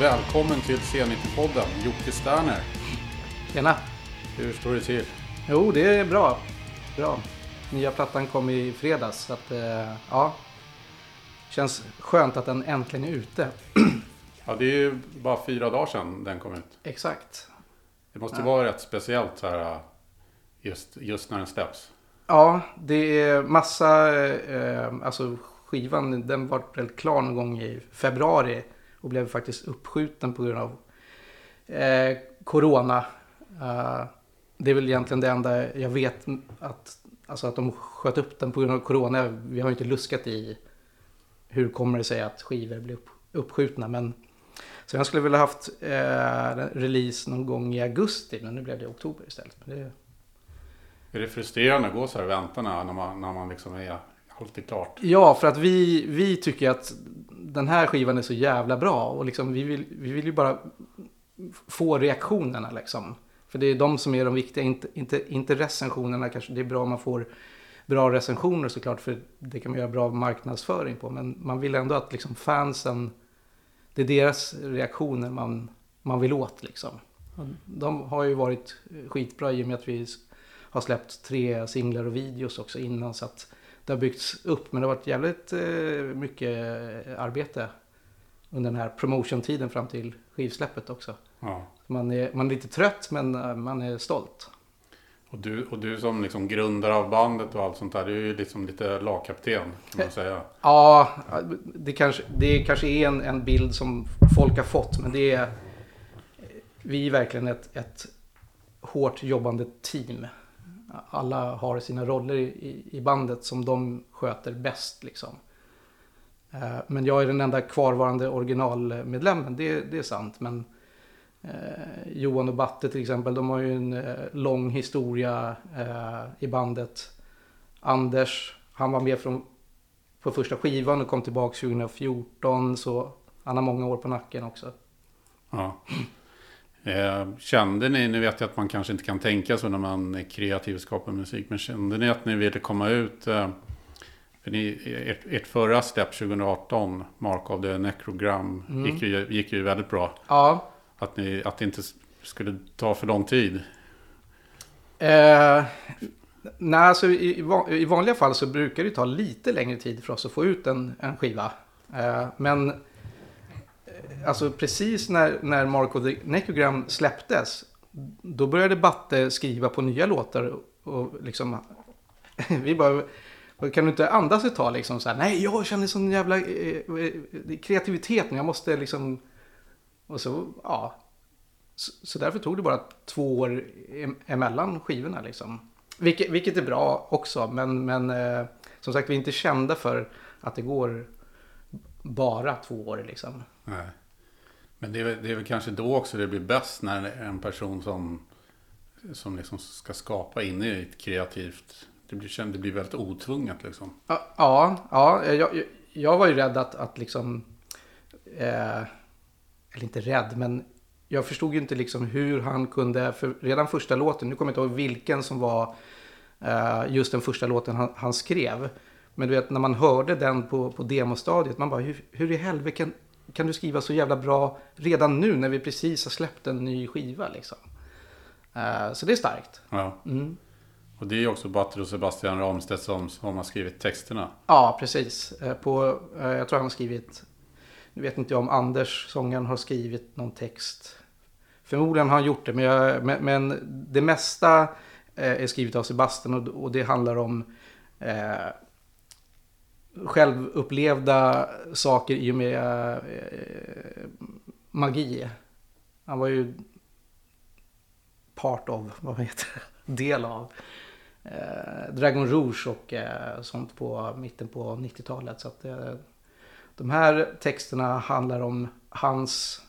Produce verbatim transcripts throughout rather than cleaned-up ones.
Välkommen till C nittio-podden, Jocke Sterner. Tjena. Hur står det till? Jo, det är bra. Bra. Nya plattan kom i fredags. Så att, eh, ja. Känns skönt att den äntligen är ute. Ja, det är ju bara fyra dagar sedan den kom ut. Exakt. Det måste ja. vara rätt speciellt så här, just, just när den släpps. Ja, det är massa... Eh, alltså skivan, den var väl klar någon gång i februari. Och blev faktiskt uppskjuten på grund av eh, corona. Uh, det är väl egentligen det enda jag vet, att, alltså att de sköt upp den på grund av corona. Vi har ju inte luskat i hur kommer det sig att skivor blir upp, uppskjutna. Men, så jag skulle vilja haft eh, release någon gång i augusti, men nu blev det i oktober istället. Men det... Är det frustrerande att gå så här och vänta när man, när man liksom är alltid klart? Ja, för att vi, vi tycker att den här skivan är så jävla bra. Och liksom, vi, vill, vi vill ju bara få reaktionerna liksom. För det är de som är de viktiga, inte, inte, inte recensionerna kanske. Det är bra om man får bra recensioner såklart, för det kan man göra bra marknadsföring på. Men man vill ändå att liksom fansen, det är deras reaktioner man, man vill åt liksom. De har ju varit skitbra i och med att vi har släppt tre singlar och videos också innan, så att det har byggts upp. Men det har varit jävligt eh, mycket arbete under den här promotion-tiden fram till skivsläppet också. Ja. Man är, man är lite trött, men man är stolt. Och du, och du som liksom grundare av bandet och allt sånt där, du är ju liksom lite lagkapten kan man säga. Ja, det kanske, det kanske är en, en bild som folk har fått, men det är, vi är verkligen ett, ett hårt jobbande team. Alla har sina roller i, i bandet som de sköter bäst liksom. Men jag är den enda kvarvarande originalmedlemmen, det, det är sant. Men eh, Johan och Batte till exempel, de har ju en eh, lång historia eh, i bandet. Anders, han var med från, på första skivan och kom tillbaka tjugo fjorton, så han har många år på nacken också. Ja. Eh, kände ni, nu vet jag att man kanske inte kan tänka så när man är kreativ och skapar musik, men kände ni att ni ville komma ut, eh, för ni, ert, ert förra släpp tjugo arton, Mark of the Necrogram, mm. gick, ju, gick ju väldigt bra. Ja. Att, ni, att det inte skulle ta för lång tid. Eh, nej, alltså i, i vanliga fall så brukar det ta lite längre tid för oss att få ut en, en skiva. Eh, men alltså precis när, när Mark of the Necrogram släpptes, då började Batte skriva på nya låtar och liksom vi bara, kan du inte andas ett tag liksom så här, nej jag känner sån jävla eh, kreativitet nu, jag måste liksom, och så ja, så, så därför tog det bara två år emellan skivorna liksom, vilket, vilket är bra också, men, men eh, som sagt vi är inte kända för att det går bara två år liksom. Nej. Men det är, det är väl kanske då också det blir bäst när en person som, som liksom ska skapa inne i ett kreativt, det blir, det blir väldigt otvunget liksom. Ja, ja jag, jag var ju rädd att, att liksom, eh, eller inte rädd, men jag förstod ju inte liksom hur han kunde, för redan första låten, nu kommer jag inte ihåg vilken som var eh, just den första låten han, han skrev. Men du vet, när man hörde den på, på demostadiet, man bara, hur, hur i helvete kan, kan du skriva så jävla bra redan nu när vi precis har släppt en ny skiva liksom. Uh, så det är starkt. Ja. Mm. Och det är ju också Batte och Sebastian Ramstedt som, som har skrivit texterna. Ja, precis. Uh, på, uh, jag tror han har skrivit, nu vet inte jag om Anders, sångaren, har skrivit någon text. Förmodligen har han gjort det, men, jag, men, men det mesta uh, är skrivet av Sebastian och, och det handlar om uh, självupplevda saker i och med eh, magi. Han var ju part av, vad heter det, del av eh, Dragon Rouge och eh, sånt på mitten på nittiotalet. Så att eh, de här texterna handlar om hans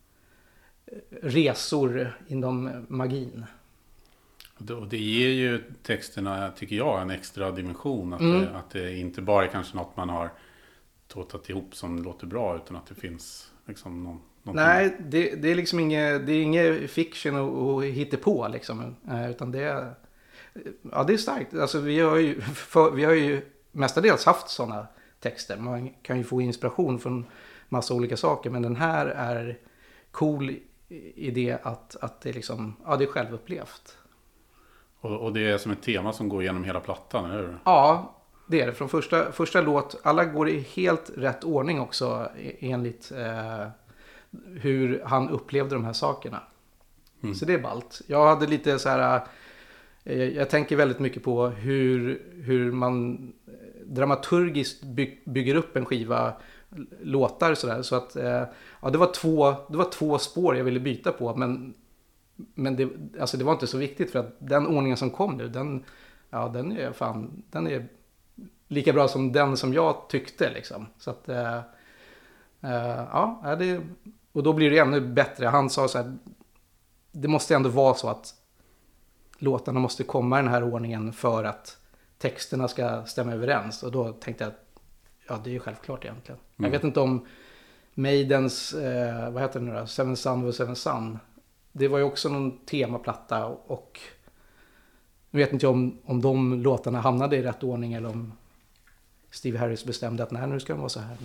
resor inom magin. Och det ger ju texterna, tycker jag, en extra dimension. Att, mm. det, att det inte bara är kanske något man har tåtat ihop som låter bra, utan att det finns liksom någon, någonting. Nej, det, det är liksom inget, det är inget fiction och hitta på liksom, utan det är, ja, det är starkt. Alltså vi har ju, för, vi har ju mestadels haft sådana texter. Man kan ju få inspiration från massa olika saker, men den här är cool idé att, att det, liksom, ja, det är självupplevt. Och, och det är som ett tema som går igenom hela plattan, eller hur? Ja, det är det. Från första, första låt, alla går i helt rätt ordning också enligt eh, hur han upplevde de här sakerna. Mm. Så det är ballt. Jag hade lite så här, eh, jag tänker väldigt mycket på hur, hur man dramaturgiskt by, bygger upp en skiva, låtar sådär. Så att, eh, ja, det var två, det var två spår jag ville byta på, men Men det, alltså det var inte så viktigt, för att den ordningen som kom nu, den, ja, den är fan, den är lika bra som den som jag tyckte liksom. Så att, äh, äh, ja, det, och då blir det ännu bättre. Han sa så här, det måste ändå vara så att låtarna måste komma i den här ordningen för att texterna ska stämma överens. Och då tänkte jag, ja, det är ju självklart egentligen. Mm. Jag vet inte om Maidens, äh, vad heter det nu då? Seven Sun och Seven Sun. Det var ju också någon temaplatta, och nu vet inte jag om, om de låtarna hamnade i rätt ordning eller om Steve Harris bestämde att nej, nu ska de vara så här.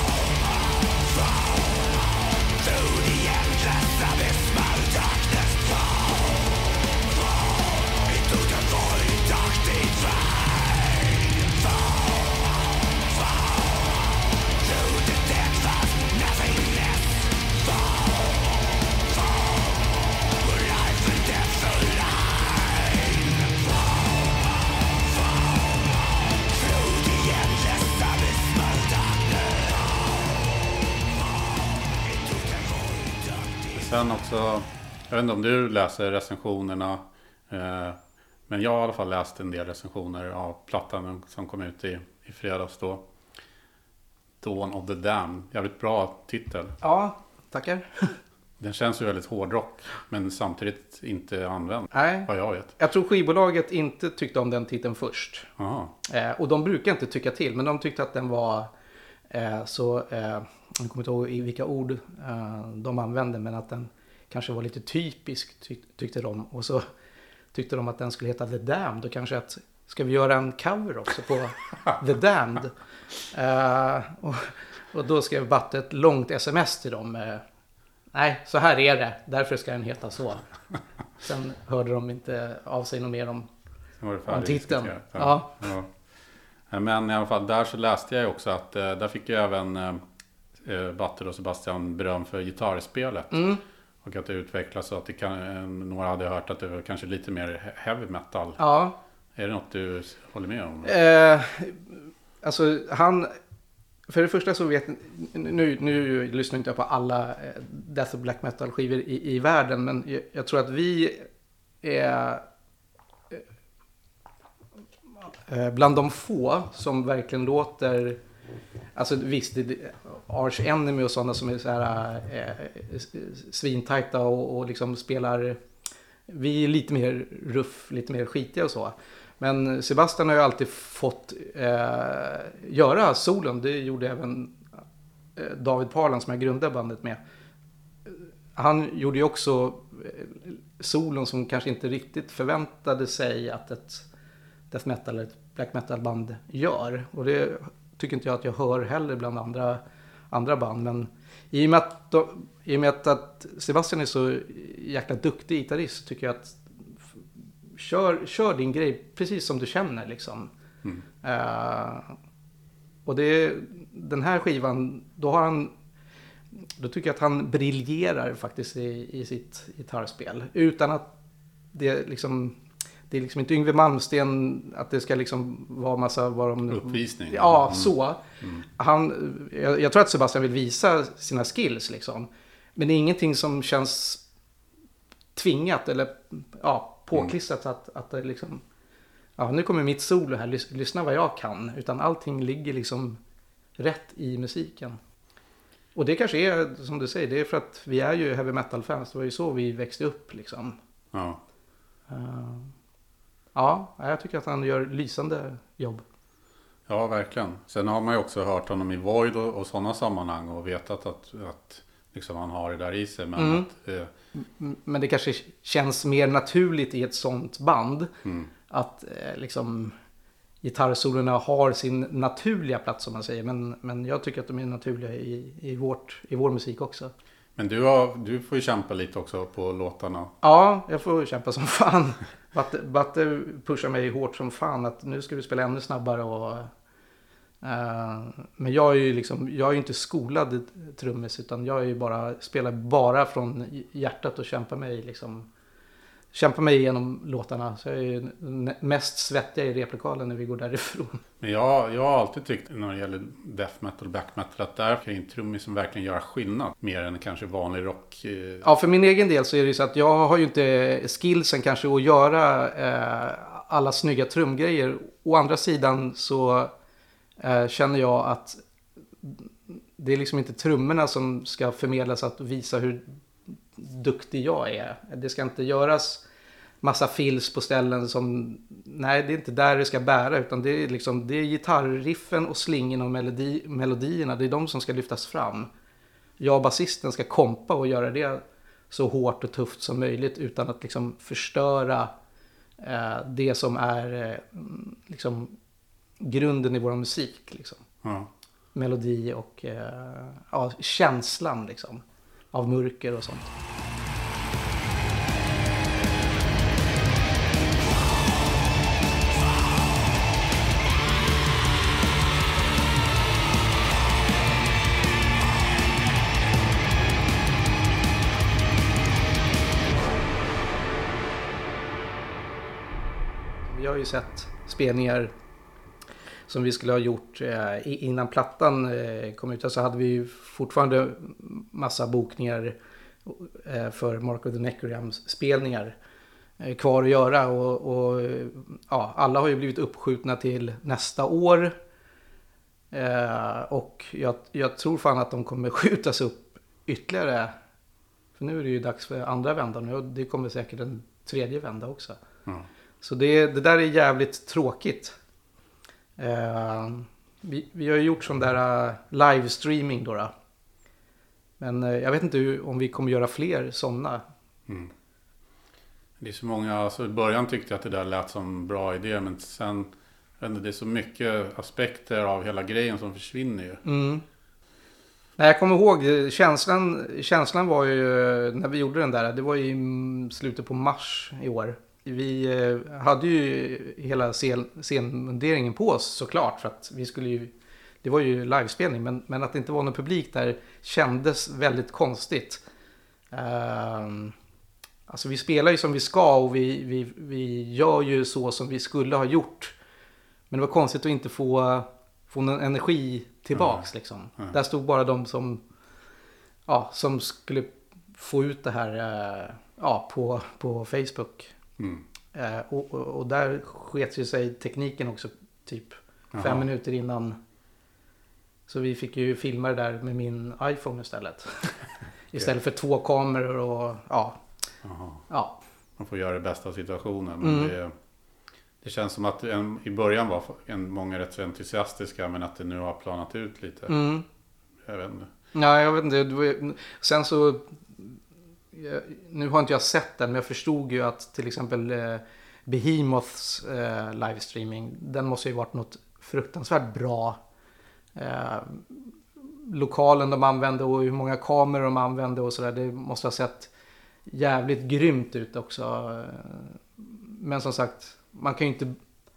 Sen också, jag vet inte om du läser recensionerna, eh, men jag har i alla fall läst en del recensioner av plattan som kom ut i, i fredags då. Dawn of the Damned, jävligt bra titel. Ja, tackar. Den känns ju väldigt hårdrock, men samtidigt inte använd. Nej, vad jag vet. Jag tror skivbolaget inte tyckte om den titeln först. Aha. Eh, och de brukar inte tycka till, men de tyckte att den var eh, så, eh, jag kommer inte ihåg i vilka ord eh, de använde, men att den kanske var lite typisk, tyck, tyckte de. Och så tyckte de att den skulle heta The Damned. Och kanske att, ska vi göra en cover också på The Damned? Uh, och, och då skrev Batte ett långt sms till dem. Uh, Nej, så här är det. Därför ska den heta så. Sen hörde de inte av sig något mer om, om titeln. Ja. Ja. Men i alla fall, där så läste jag också att uh, där fick jag även uh, Batte och Sebastian beröm för gitarrspelet. Mm. Och att det utvecklas så att det kan, några hade hört att det var kanske lite mer heavy metal. Ja. Är det något du håller med om? Eh, alltså han, för det första så vet, nu, nu lyssnar inte jag på alla death och black metal skivor i, i världen, men jag, jag tror att vi är eh, bland de få som verkligen låter, alltså visst, det, Arch Enemy och sådana som är så här eh, svintajta och, och liksom spelar, vi är lite mer ruff, lite mer skitiga och så. Men Sebastian har ju alltid fått eh, göra solen, det gjorde även eh, David Parlan som jag grundade bandet med. Han gjorde ju också eh, solen som kanske inte riktigt förväntade sig att ett death metal eller ett black metal band gör. Och det tycker inte jag att jag hör heller bland andra andra band, men i och med att, då, i och med att, att Sebastian är så jäkla duktig gitarrist, tycker jag att f- kör, kör din grej precis som du känner liksom. Mm. Uh, och det, den här skivan, då har han, då tycker jag att han briljerar faktiskt i, i sitt gitarrspel, utan att det liksom, det är liksom inte Yngwie Malmsteen att det ska liksom vara massa vad de, uppvisning. Ja, mm. så. Mm. Han, jag, jag tror att Sebastian vill visa sina skills liksom. Men det är ingenting som känns tvingat eller ja, påklistrat mm. att, att det liksom, ja, nu kommer mitt solo här, lys, lyssna vad jag kan. Utan allting ligger liksom rätt i musiken. Och det kanske är, som du säger, det är för att vi är ju heavy metal fans. Det var ju så vi växte upp liksom. Ja. Uh, Ja, jag tycker att han gör lysande jobb. Ja, verkligen. Sen har man ju också hört honom i Void och, och sådana sammanhang och vetat att, att liksom han har det där i sig. Men, mm. att, eh... men det kanske känns mer naturligt i ett sånt band mm. att eh, liksom gitarrsolorna har sin naturliga plats som man säger. Men, men jag tycker att de är naturliga i, i, vårt, i vår musik också. Men du, har, du får ju kämpa lite också på låtarna. Ja, jag får kämpa som fan. Batte, Batte pushar mig hårt som fan att nu ska du spela ännu snabbare. Och, uh, men jag är ju liksom, jag är ju inte skolad trummis, utan jag är ju bara, spelar bara från hjärtat och kämpar mig liksom, kämpar mig igenom låtarna. Så jag är ju mest svettig i replokalen när vi går därifrån. Men jag, jag har alltid tyckt när det gäller death metal och black metal att där kan ju en trummis som verkligen göra skillnad. Mer än kanske vanlig rock. Ja, för min egen del så är det ju så att jag har ju inte skillsen kanske att göra eh, alla snygga trumgrejer. Å andra sidan så eh, känner jag att det är liksom inte trummorna som ska förmedlas att visa hur duktig jag är. Det ska inte göras massa fills på ställen som, nej, det är inte där det ska bära, utan det är liksom, det är gitarriffen och slingen och melodi, melodierna, det är de som ska lyftas fram. Jag och basisten ska kompa och göra det så hårt och tufft som möjligt utan att liksom förstöra eh, det som är eh, liksom grunden i vår musik liksom. Ja. Melodi och eh, ja, känslan liksom av mörker och sånt. Vi har ju sett spelningar som vi skulle ha gjort eh, innan plattan eh, kom ut. Så hade vi ju fortfarande massa bokningar eh, för Mark of the Necrograms spelningar eh, kvar att göra. Och, och ja, alla har ju blivit uppskjutna till nästa år. Eh, och jag, jag tror fan att de kommer skjutas upp ytterligare. För nu är det ju dags för andra vändan och det kommer säkert en tredje vända också. Mm. Så det, det där är jävligt tråkigt. Uh, vi, vi har ju gjort sån där uh, livestreaming då, då. Men uh, jag vet inte hur, om vi kommer göra fler sådana. Mm. Det är så många, alltså i början tyckte jag att det där lät som en bra idé, men sen det är så mycket aspekter av hela grejen som försvinner ju. Mm. Nej, jag kommer ihåg, känslan, känslan var ju när vi gjorde den där, det var i slutet på mars i år. Vi hade ju hela scen, scenmunderingen på oss såklart, för att vi skulle ju, det var ju livespelning, men, men att det inte var någon publik där kändes väldigt konstigt. Uh, alltså vi spelar ju som vi ska och vi, vi, vi gör ju så som vi skulle ha gjort. Men det var konstigt att inte få, få någon energi tillbaks. Mm. Liksom. Mm. Där stod bara de som, ja, som skulle få ut det här uh, ja, på, på Facebook. Mm. Uh, och, och, och där sket ju sig tekniken också typ Aha. fem minuter innan. Så vi fick ju filma det där med min iPhone istället. Istället för två kameror och ja. ja. Man får göra det bästa av situationen. Men mm. det, det känns som att en, i början var en, många rätt så entusiastiska, men att det nu har planat ut lite. Mm. Jag vet inte. Nej, jag vet inte. Sen så, nu har inte jag sett den, men jag förstod ju att till exempel eh, Behemoths eh, livestreaming, den måste ju varit något fruktansvärt bra. Eh, lokalen de använde och hur många kameror de använde och sådär, det måste ha sett jävligt grymt ut också. Men som sagt, man kan ju inte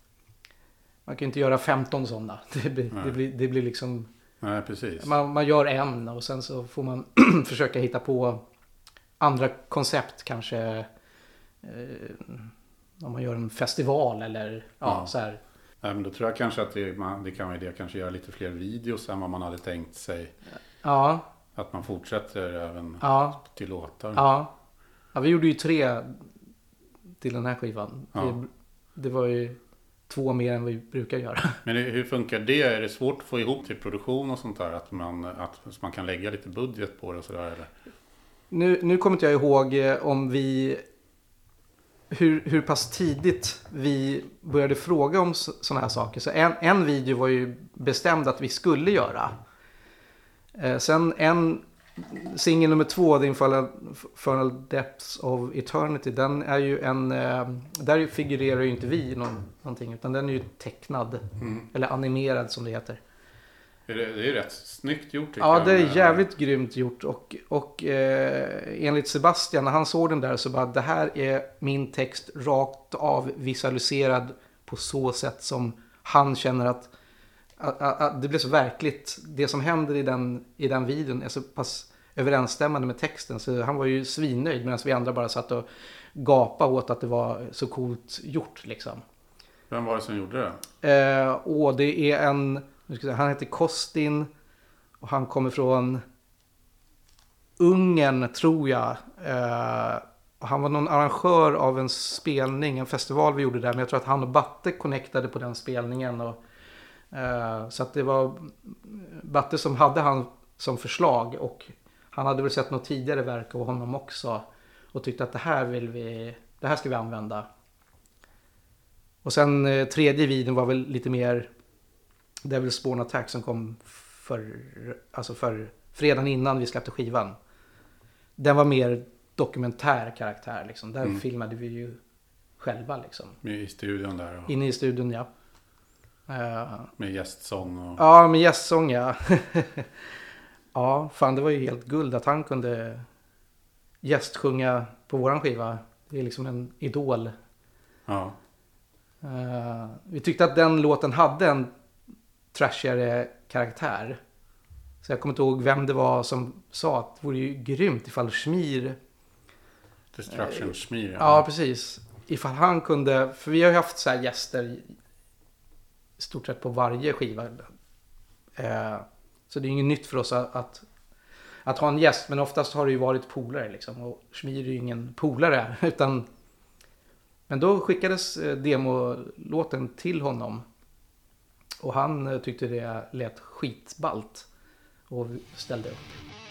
man kan inte göra femton sådana. Det blir, det blir, det blir liksom Nej, precis. Man, man gör en och sen så får man försöka hitta på andra koncept kanske eh, om man gör en festival eller ja, ja. så här. Nej, men då tror jag kanske att det, man, det kan vara det kanske göra lite fler videos än vad man hade tänkt sig. Ja. Att man fortsätter även ja. till låtar. Ja. Ja, vi gjorde ju tre till den här skivan. Ja. Det, det var ju två mer än vi brukar göra. Men hur funkar det? Är det svårt att få ihop till produktion och sånt där? Att man, att man kan lägga lite budget på det och sådär? Eller? Nu, nu kommer inte jag ihåg om vi hur, hur pass tidigt vi började fråga om sådana här saker. Så en, en video var ju bestämd att vi skulle göra. Eh, sen en singel nummer två, The Infernal Depths of Eternity, den är ju en, eh, där figurerar ju inte vi någon, någonting, utan den är ju tecknad, mm. eller animerad som det heter. Det är ju rätt snyggt gjort tycker ja, jag. Ja, det är jävligt grymt gjort. Och, och eh, enligt Sebastian, när han såg den där så bara, det här är min text rakt av visualiserad på så sätt som han känner att, att, att, att det blir så verkligt. Det som händer i den, i den videon är så pass överensstämmande med texten. Så han var ju svinnöjd medan vi andra bara satt och gapade åt att det var så coolt gjort liksom. Vem var det som gjorde det? Eh, och det är en, nu ska jag säga, han heter Kostin och han kommer från Ungern tror jag. Eh, och han var någon arrangör av en spelning, en festival vi gjorde där, men jag tror att han och Batte connectade på den spelningen. Och, eh, så att det var Batte som hade han som förslag och han hade väl sett något tidigare verk av honom också och tyckte att det här vill vi, det här ska vi använda. Och sen eh, tredje videon var väl lite mer Devil's Spawn Attack som kom för, alltså för fredagen innan vi släppte skivan. Den var mer dokumentär karaktär liksom. Där mm. filmade vi ju själva liksom. I studion där. Och... Inne i studion, ja. Uh, med gästsång och... Ja, med gästsång, ja. Ja, fan det var ju helt guld att han kunde gästsjunga på våran skiva. Det är liksom en idol. Ja. Uh, vi tyckte att den låten hade en trashigare karaktär. Så jag kommer inte ihåg vem det var som sa att det vore ju grymt ifall Schmier... Destruction uh, Schmier. Ja. ja, precis. Ifall han kunde... För vi har ju haft så här gäster i stort sett på varje skiva. Uh, så det är ju inget nytt för oss att, att, att ha en gäst. Men oftast har det ju varit polare liksom. Och Schmier är ju ingen polare. Utan... Men då skickades demolåten till honom. Och han tyckte det lät skitballt. Och ställde upp.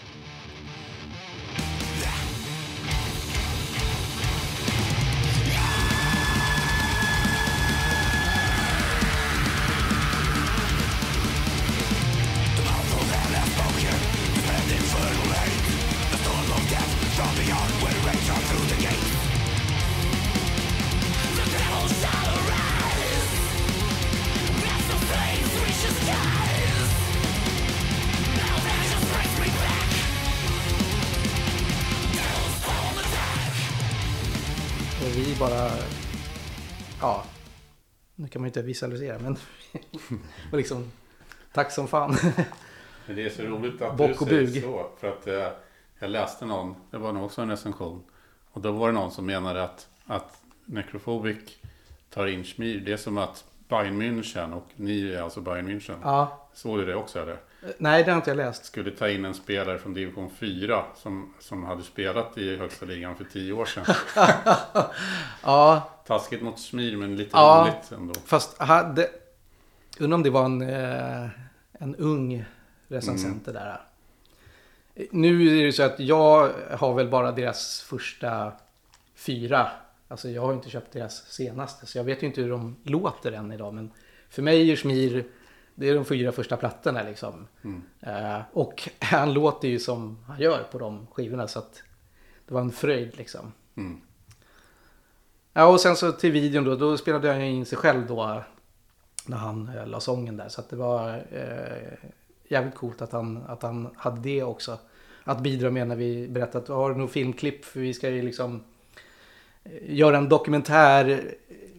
Vi bara, ja, nu kan man ju inte visualisera, men och liksom, tack som fan. Men det är så roligt att Bock du och säger bug. så, för att eh, jag läste någon, det var nog också en recension, och då var det någon som menade att, att Necrophobic tar in Schmier, det är som att Bayern München, och ni är alltså Bayern München, ja. Såg du det också eller? Nej, det har inte jag läst. Skulle ta in en spelare från division fyra som, som hade spelat i högsta ligan för tio år sedan. Ja. Taskigt mot Schmier, men lite ja, roligt ändå. Fast hade, undrar om det var en, eh, en ung recensent mm. där. Nu är det så att jag har väl bara deras första fyra. Alltså jag har inte köpt deras senaste, så jag vet ju inte hur de låter än idag. Men för mig är Schmier, det är de fyra första plattorna liksom. Mm. Uh, och han låter ju som han gör på de skivorna, så att det var en fröjd liksom. Mm. Ja, och sen så till videon då, då spelade jag in sig själv då när han uh, la sången där. Så att det var uh, jävligt coolt att han, att han hade det också. Att bidra med när vi berättade att vi har nog filmklipp, för vi ska ju liksom uh, göra en dokumentär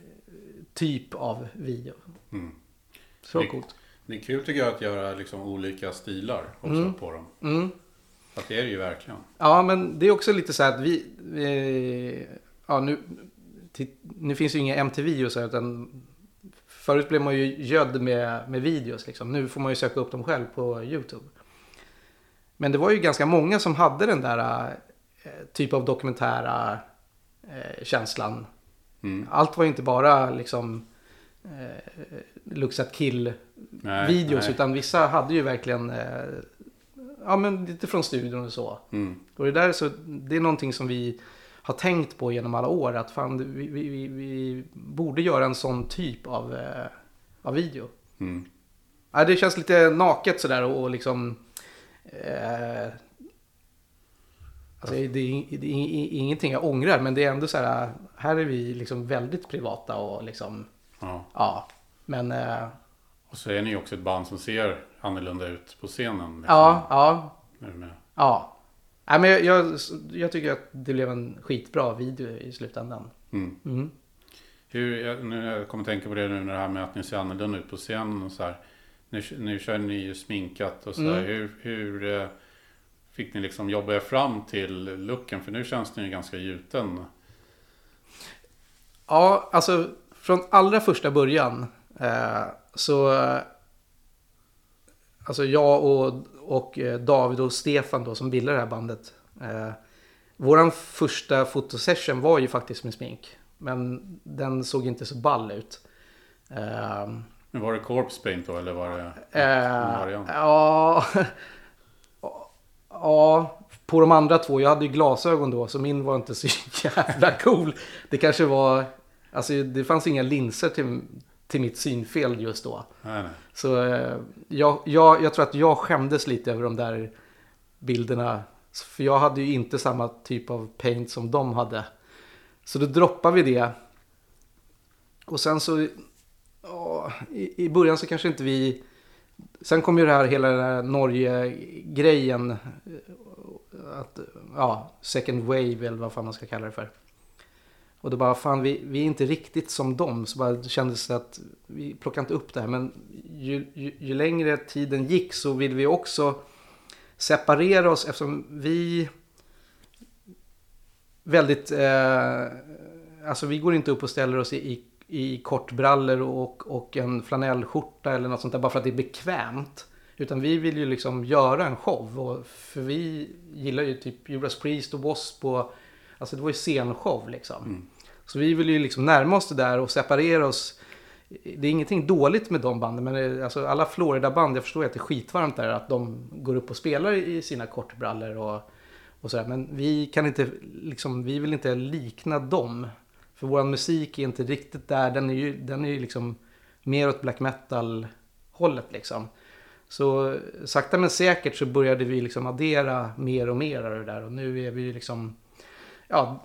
typ av video. Mm. Så det, coolt. Det är kul tycker jag att göra liksom olika stilar också mm. på dem. Mm. Att det är det ju verkligen. Ja, men det är också lite så här att vi... vi ja, nu, till, nu finns ju inga M T V och så, utan förut blev man ju gödd med, med videos liksom. Nu får man ju söka upp dem själv på YouTube. Men det var ju ganska många som hade den där äh, typ av dokumentära äh, känslan. Mm. Allt var inte bara liksom eh, Looks at Kill nej, videos nej. Utan vissa hade ju verkligen eh, ja men lite från studion och så. Mm. Och det där så det är någonting som vi har tänkt på genom alla år, att fan vi, vi, vi, vi borde göra en sån typ av eh, av video. Mm. Ja, det känns lite naket sådär och, och liksom eh, alltså, det, är, det är ingenting jag ångrar, men det är ändå så här, här är vi liksom väldigt privata och liksom, ja, ja men... Eh, och så är ni också ett band som ser annorlunda ut på scenen. Liksom. Ja, ja. Nu med. Ja. Nej, men jag, jag, jag tycker att det blev en skitbra video i slutändan. Mm. Mm. Hur, jag, nu, jag kommer tänka på det nu när det här med att ni ser annorlunda ut på scenen och så här. Nu, nu kör ni ju sminkat och så här. Mm. Hur, hur eh, fick ni liksom jobba er fram till looken? För nu känns den ju ganska gjuten. Ja, alltså från allra första början eh, så eh, alltså jag och, och eh, David och Stefan då som bildar det här bandet. Eh, våran första fotosession var ju faktiskt med smink. Men den såg inte så ball ut. Eh, Men var det corpse paint då eller var det eh, ja, ja, på de andra två. Jag hade ju glasögon då så min var inte så jävla cool. Det kanske var, alltså det fanns inga linser till, till mitt synfel just då. Nej, nej. Så eh, jag, jag, jag tror att jag skämdes lite över de där bilderna. För jag hade ju inte samma typ av paint som de hade. Så då droppade vi det. Och sen så åh, i, i början så kanske inte vi. Sen kom ju det här hela den här Norge-grejen. Att, ja, second wave eller vad fan man ska kalla det för. Och då bara, fan vi, vi är inte riktigt som dem. Så bara kändes det att vi plockar inte upp det här. Men ju, ju, ju längre tiden gick så vill vi också separera oss. Eftersom vi väldigt, eh, alltså vi går inte upp och ställer oss i, i, i kortbrallor och, och en flanellskjorta eller något sånt där bara för att det är bekvämt. Utan vi vill ju liksom göra en show. Och för vi gillar ju typ Judas Priest och Wasp och alltså det var ju scenshow liksom. Mm. Så vi vill ju liksom närma oss det där och separera oss. Det är ingenting dåligt med de banden. Men det, alltså alla Florida-band, jag förstår att det är skitvarmt där. Att de går upp och spelar i sina kortbrallor och, och sådär. Men vi kan inte, liksom, vi vill inte likna dem. För vår musik är inte riktigt där. Den är ju, den är ju liksom mer åt black metal-hållet liksom. Så sakta men säkert så började vi liksom addera mer och mer av det där. Och nu är vi liksom, ja,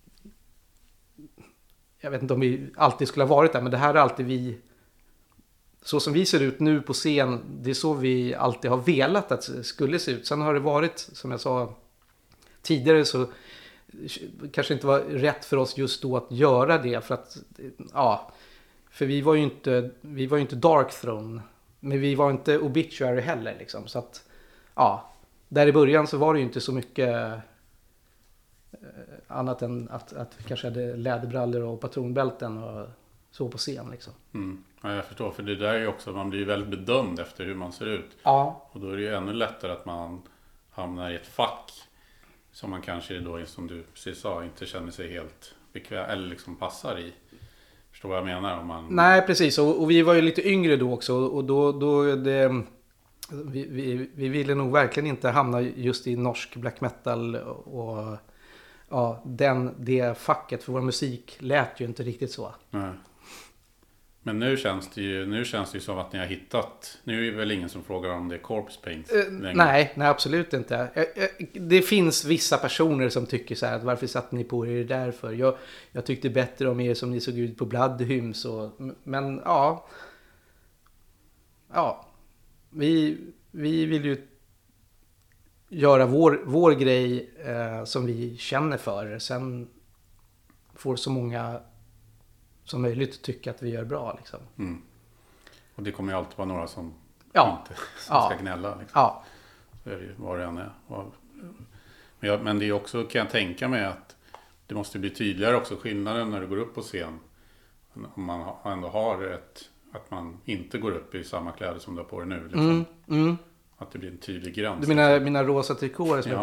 jag vet inte om vi alltid skulle ha varit där, men det här är alltid vi, så som vi ser ut nu på scen, det är så vi alltid har velat att det skulle se ut. Sen har det varit, som jag sa tidigare, så kanske inte var rätt för oss just då att göra det, för att, ja, för vi var ju inte, vi var ju inte Dark Throne, men vi var inte Obituary heller liksom, så att, ja, där i början så var det ju inte så mycket annat än att, att vi kanske hade läderbrallor och patronbälten och så på scen liksom. Mm. Ja, jag förstår, för det där är ju också, man blir väldigt bedömd efter hur man ser ut. Ja. Och då är det ju ännu lättare att man hamnar i ett fack som man kanske då, som du precis sa, inte känner sig helt bekväm eller liksom passar i. Förstår vad jag menar? Om man... Nej, precis. Och, och vi var ju lite yngre då också. Och då, då det, vi, vi, vi ville nog verkligen inte hamna just i norsk black metal och ja, den, det facket. För vår musik lät ju inte riktigt så. Nej. Men nu känns det ju, nu känns det ju som att ni har hittat. Nu är det väl ingen som frågar om det är corpse paint uh, Nej, nej absolut inte. Det finns vissa personer som tycker så här att varför satt ni på er det där för? Jag, jag tyckte bättre om er som ni såg ut på Blood Hymns och, men ja. Ja. Vi, vi vill ju göra vår, vår grej eh, som vi känner för. Sen får så många som möjligt tycka att vi gör bra liksom. Mm. Och det kommer ju alltid vara några som ja. inte som ja. ska gnälla liksom. Ja. Så är det ju vad det än är. Men, jag, men det är också, kan jag tänka mig, att det måste bli tydligare också skillnaden när du går upp på scen. Om man ändå har ett, att man inte går upp i samma kläder som du har på dig nu liksom. Mm. Mm. Att det blir en tydlig gräns. Du menar liksom. Mina rosa trikåer som ja.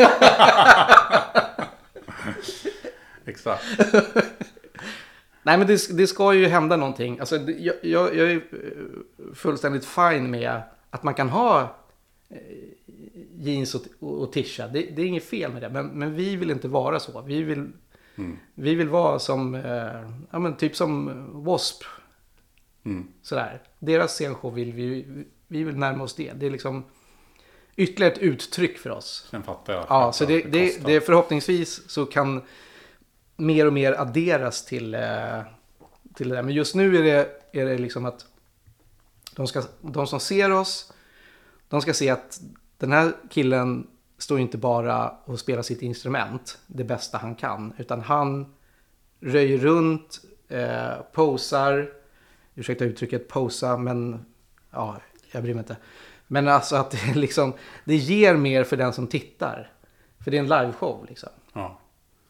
Exakt. Nej, men det, det ska ju hända någonting. Alltså, det, jag, jag, jag är fullständigt fine med att man kan ha eh, jeans och, och, och tisha. Det, det är inget fel med det. Men, men vi vill inte vara så. Vi vill, mm. vi vill vara som, eh, ja, men typ som Wasp. Mm. Sådär. Deras scenshow vill vi, vi vill närma oss det. Det är liksom ytterligare ett uttryck för oss. Sen fattar jag. Ja, så det, det, det förhoppningsvis så kan mer och mer adderas till, eh, till det där. Men just nu är det, är det liksom att de, ska, de som ser oss de ska se att den här killen står inte bara och spelar sitt instrument det bästa han kan, utan han röjer runt, eh, posar, ursäkta uttrycket posa, men ja, jag bryr mig inte. Men alltså att det liksom, det ger mer för den som tittar. För det är en liveshow liksom. Ja.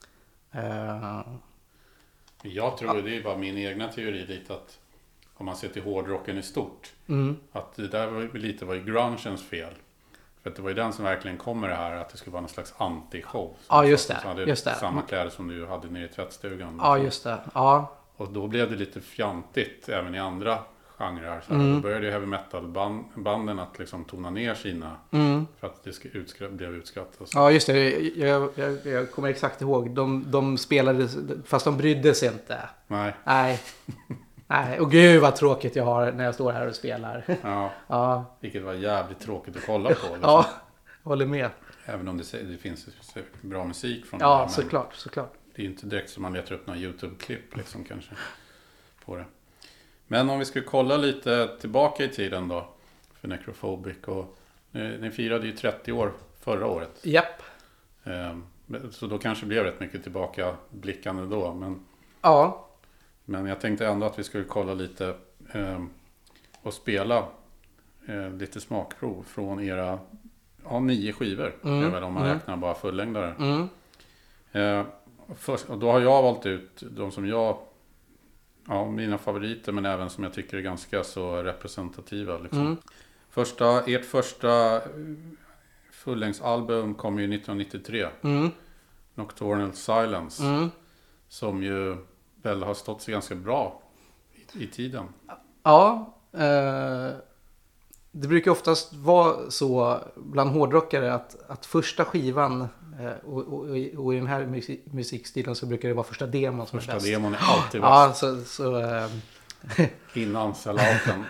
Uh, Jag tror ja. Det är bara min egna teori lite att om man ser till hårdrocken i stort. Mm. Att det där var lite var ju grungens fel. För att det var ju den som verkligen kommer det här att det skulle vara någon slags anti-show. Ja, just det. Som hade just det. samma kläder som du hade nere i tvättstugan. Ja, just det. Ja. Och då blev det lite fjantigt även i andra genrer. Så mm. Då började ju heavy metal-banden att liksom tona ner sina. Mm. För att det ska utskra- blev utskrattat. Ja, just det. Jag, jag, jag kommer exakt ihåg. De, de spelade, fast de brydde sig inte. Nej. Nej. Nej, och gud vad tråkigt jag har när jag står här och spelar. Ja, ja. Vilket var jävligt tråkigt att kolla på. Liksom. Ja, jag håller med. Även om det, det finns bra musik från ja, det. Ja, såklart, såklart. Det är inte direkt som man letar upp några YouTube-klipp liksom kanske på det. Men om vi skulle kolla lite tillbaka i tiden då. För Necrophobic. Och, ni, ni firade ju trettio år förra året. Japp. Eh, så då kanske blev rätt mycket tillbaka blickande då. Men, ja. Men jag tänkte ändå att vi skulle kolla lite eh, och spela eh, lite smakprov från era ja, nio skivor. Mm. Även om man mm. räknar bara fullängdare. Mm. Eh, först, och då har jag valt ut de som jag, ja mina favoriter men även som jag tycker är ganska så representativa. Liksom. Mm. Första, ert första fullängdsalbum kom ju nittonhundranittiotre. Mm. Nocturnal Silence. Mm. Som ju väl har stått sig ganska bra i, i tiden. Ja, eh, det brukar oftast vara så bland hårdrockare att, att första skivan eh, och, och, och i den här musik, musikstilen så brukar det vara första demon som första är bäst. Första demon är alltid bäst. Ja, så... så eh, innan salaten.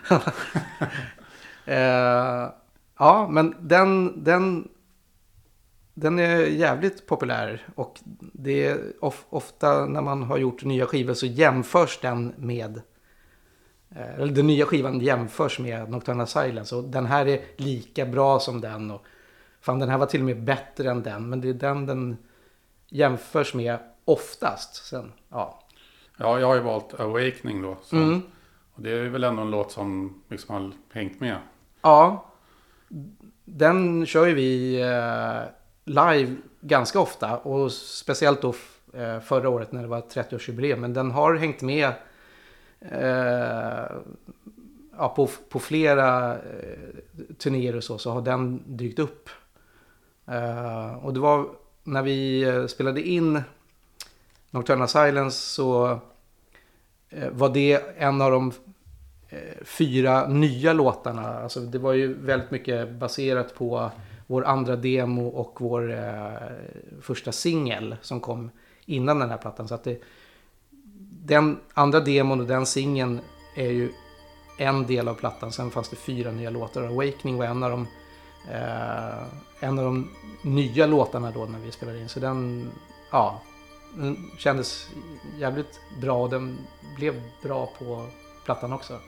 eh, ja, men den... den Den är jävligt populär och det är of, ofta när man har gjort nya skivor så jämförs den med, eller den nya skivan jämförs med Nocturnal Silence och den här är lika bra som den och fan den här var till och med bättre än den, men det är den den jämförs med oftast. Sen, ja. ja, jag har ju valt Awakening då. Så, mm. och det är väl ändå en låt som liksom har hängt med. Ja, den kör ju vi eh, live ganska ofta och speciellt då eh, förra året när det var trettioårsjubileum, men den har hängt med eh, ja, på, på flera eh, turnéer och så, så har den dykt upp. Eh, och det var när vi eh, spelade in Nocturnal Silence så eh, var det en av de eh, fyra nya låtarna. Alltså det var ju väldigt mycket baserat på vår andra demo och vår eh, första singel som kom innan den här plattan. Så att det, den andra demon och den singeln är ju en del av plattan. Sen fanns det fyra nya låtar. Awakening var en av de, eh, en av de nya låtarna då när vi spelade in. Så den, ja, den kändes jävligt bra och den blev bra på plattan också.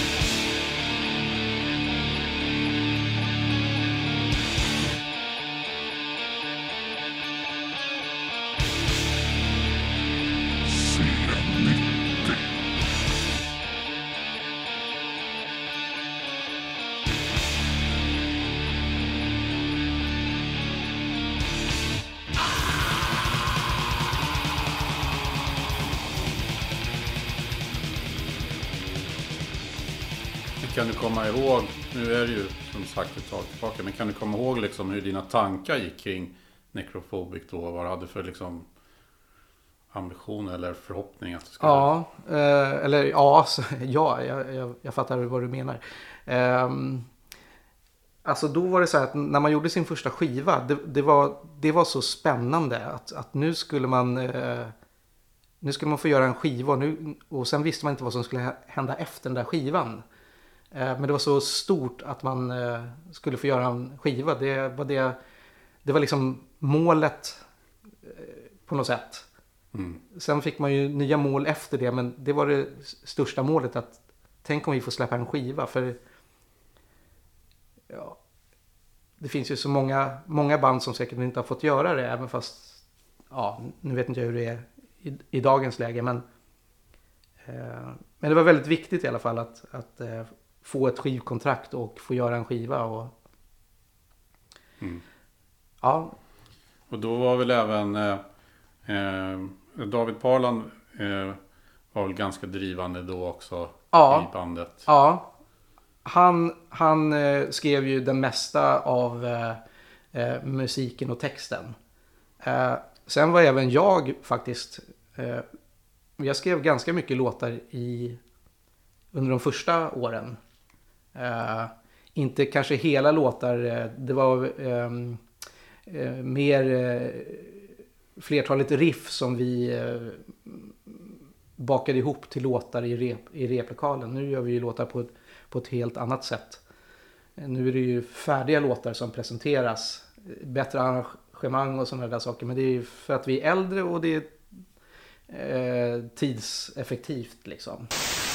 Kan du komma ihåg, nu är det ju som sagt ett tag tillbaka, men kan du komma ihåg liksom hur dina tankar gick kring Necrophobic då? Vad du hade för liksom ambition eller förhoppning att det skulle... Ja, eh, eller ja, så, ja jag, jag, jag fattar vad du menar. Eh, alltså då var det så här att när man gjorde sin första skiva, det, det, var, det var så spännande att, att nu skulle man... Eh, nu skulle man få göra en skiva och, nu, och sen visste man inte vad som skulle hända efter den där skivan. Men det var så stort att man skulle få göra en skiva. Det var, det, det var liksom målet på något sätt. Mm. Sen fick man ju nya mål efter det. Men det var det största målet. Att tänk om vi får släppa en skiva. För ja, det finns ju så många, många band som säkert inte har fått göra det, även fast, ja, nu vet inte jag hur det är i, i dagens läge, men eh, men det var väldigt viktigt i alla fall att, att eh, få ett skivkontrakt och få göra en skiva och mm. ja. Och då var väl även eh, eh, David Parland eh, var väl ganska drivande då också Ja. i bandet. Ja. Han, han eh, skrev ju den mesta av eh, eh, musiken och texten. Eh, sen var även jag faktiskt... Eh, jag skrev ganska mycket låtar i, under de första åren. Eh, inte kanske hela låtar. Eh, det var eh, eh, mer eh, flertalet riff som vi eh, bakade ihop till låtar i, rep, i replokalen. Nu gör vi ju låtar på ett på ett helt annat sätt. Nu är det ju färdiga låtar som presenteras. Bättre arrangemang och sådana där saker. Men det är ju för att vi är äldre och det är eh, tidseffektivt liksom.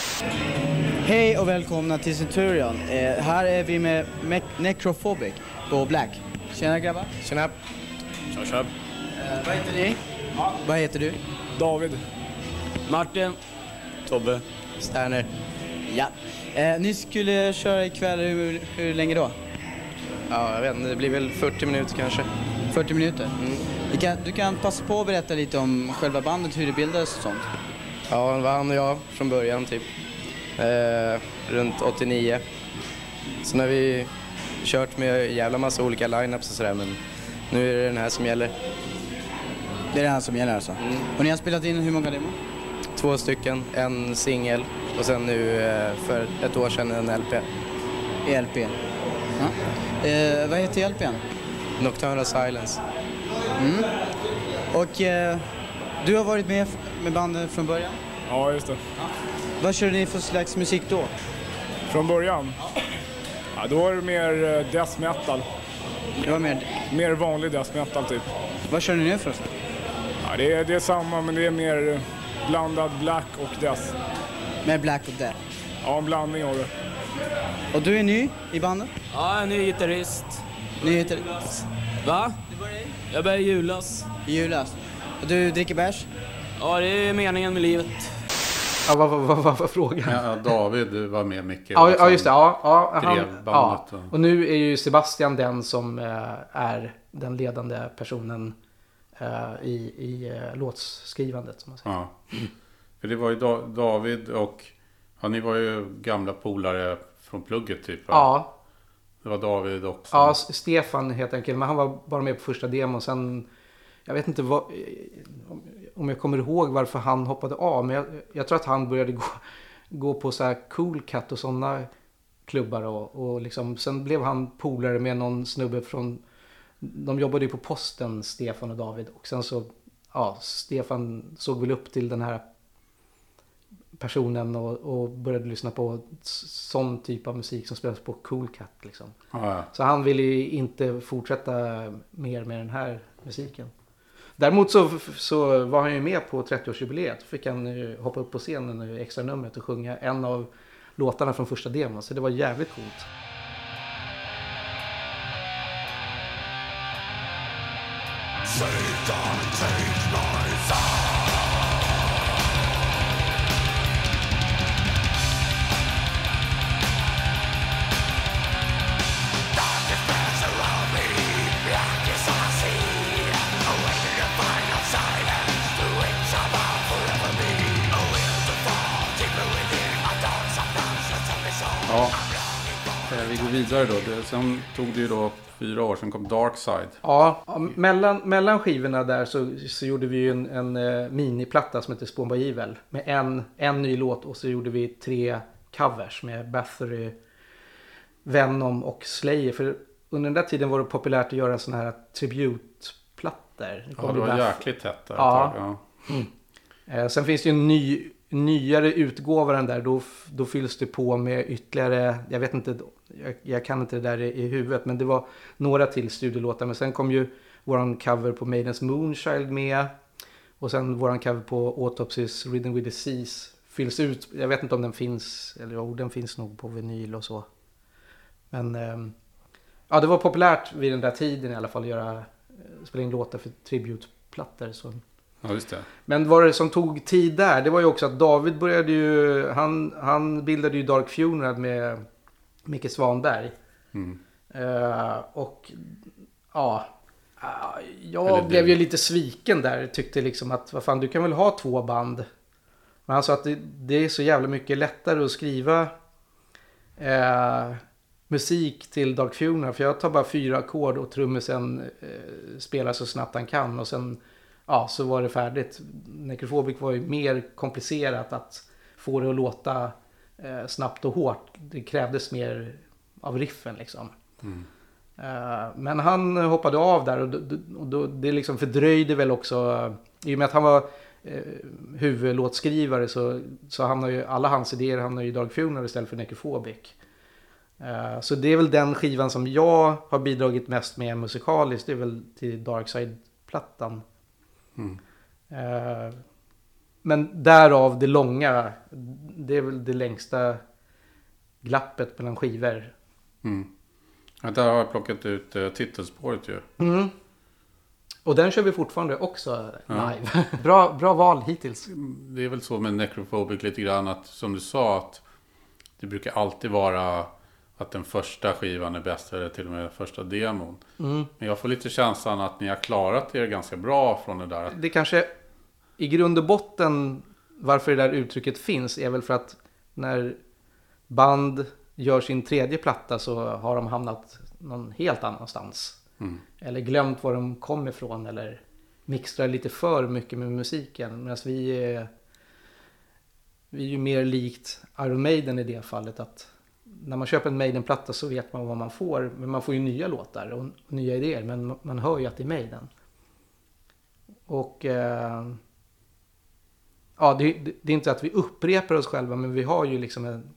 Hej och välkomna till Centurion. Eh, här är vi med Me- Necrophobic på Black. Tjena grabbar. Tjena. Tja, tja. Eh, vad heter ni? Ja. Vad heter du? David. Martin. Tobbe. Sterner. Ja. Eh, ni skulle köra ikväll, hur, hur länge då? Ja, jag vet inte. Det blir väl fyrtio minuter kanske. fyrtio minuter? Mm. Du, kan, du kan passa på att berätta lite om själva bandet, hur det bildades och sånt. Ja, det var han och jag från början typ. Eh, runt åttionio. Så har vi kört med jävla massa olika lineups och sådär, men nu är det den här som gäller. Det är det här som gäller alltså? Mm. Och ni har spelat in hur många demon? Två stycken, en singel och sen nu eh, för ett år sedan en L P. E L P. Ja. Eh, vad heter E L P:n? Nocturnal Silence. Mm. Och eh, du har varit med med bandet från början? Ja, just det. Vad körde ni för slags musik då? Från början? Ja, då var det mer eh, death metal. Det var mer... Mer vanlig death metal typ. Vad kör ni nu för oss? Ja, det är, det är samma, men det är mer eh, blandad black och death. Med Black och Death. Ja, en blandning av det. Och du är ny i bandet? Ja, jag är ny gitarrist. Ny heter Va? Jag började i julas. i julas. Och du dricker bärs? Ja, det är meningen med livet. Ja, vad vad- vad vad var frågan? Ja, David var med mycket. Ja, ja just det. Ja, ja, han, drev ja. bandet och- Och nu är ju Sebastian den som eh, är den ledande personen eh, i, i eh, låtskrivandet. Som man säger. Ja. För det var ju da- David och ja, ni var ju gamla polare från plugget typ. Va? Ja, Det var David också. ja, S- Stefan helt enkelt. Men han var bara med på första demon. Sen, jag vet inte vad, om- om jag kommer ihåg varför han hoppade av. Men jag, jag tror att han började gå, gå på så här Cool Cat och sådana klubbar. Och, och liksom, sen blev han polare med någon snubbe från... De jobbade ju på posten, Stefan och David. Och sen så, ja, Stefan såg väl upp till den här personen och, och började lyssna på s- sån typ av musik som spelas på Cool Cat liksom. Ja, ja. Så han ville ju inte fortsätta mer med den här musiken. Däremot så, så var han ju med på trettioårsjubileet. Fick han ju hoppa upp på scenen i extra numret och sjunga en av låtarna från första demon. Så det var jävligt coolt. Ja. Eh, Vi går vidare då. Det, sen tog det ju då fyra år, sen kom Dark Side. Ja, ja, mellan, mellan skivorna där så, så gjorde vi ju en, en uh, miniplatta som heter Spawn by Evil. Med en, en ny låt och så gjorde vi tre covers med Bathory, Venom och Slayer. För under den där tiden var det populärt att göra såna här tributplattor. Ja, det var Bath- jäkligt tätt där. Ja. ett tag, ja. Eh, sen finns det ju en ny, nyare utgåva den där. Då, då fylls det på med ytterligare, jag vet inte, jag, jag kan inte det där i, i huvudet. Men det var några till studiolåtar. Men sen kom ju våran cover på Maidens Moonchild med. Och sen våran cover på Autopsys Ridden with Disease fylls ut. Jag vet inte om den finns, eller jo, den finns nog på vinyl och så. Men, ehm, ja, det var populärt vid den där tiden i alla fall att göra, spela in låtar för tributplattor. Så. Ja, just det. Men vad det som tog tid där, det var ju också att David började ju, han, han bildade ju Dark Funeral med Micke Svanberg. Mm. Uh, och ja, uh, jag blev ju lite sviken där. Tyckte liksom att, vad fan, du kan väl ha två band. Men han sa att det, det är så jävla mycket lättare att skriva uh, musik till Dark Funeral. För jag tar bara fyra ackord och trummisen uh, spelar så snabbt han kan. Och sen, ja, så var det färdigt. Necrophobic var ju mer komplicerat att få det att låta uh, snabbt och hårt. Det krävdes mer av riffen liksom. Mm. Uh, men han hoppade av där och, då, och då, det liksom fördröjde väl också, uh, i och med att han var uh, huvudlåtskrivare så, så hamnar ju alla hans idéer hamnar ju i Dark Funeral istället för Necrophobic. Uh, så det är väl den skivan som jag har bidragit mest med musikaliskt, det är väl till Darkside-plattan. Mm. Uh, men därav det långa, det är väl det längsta glappet mellan skivor. Mm. Ja, där har jag plockat ut uh, titelspåret ju. Mm. Och den kör vi fortfarande också live. Ja. bra, bra val hittills. Det är väl så med Necrophobic lite grann att, som du sa, att det brukar alltid vara att den första skivan är bäst, eller till och med första demon. Mm. Men jag får lite känslan att ni har klarat er ganska bra från det där. Det kanske i grund och botten varför det där uttrycket finns är väl för att när band gör sin tredje platta så har de hamnat någon helt annanstans. Mm. Eller glömt var de kom ifrån eller mixtrar lite för mycket med musiken. Medan vi är, vi är ju mer likt Iron Maiden i det fallet att när man köper en Maiden-platta så vet man vad man får. Men man får ju nya låtar och nya idéer. Men man hör ju att det är Maiden. Och eh, ja, det, det är inte att vi upprepar oss själva. Men vi har ju liksom en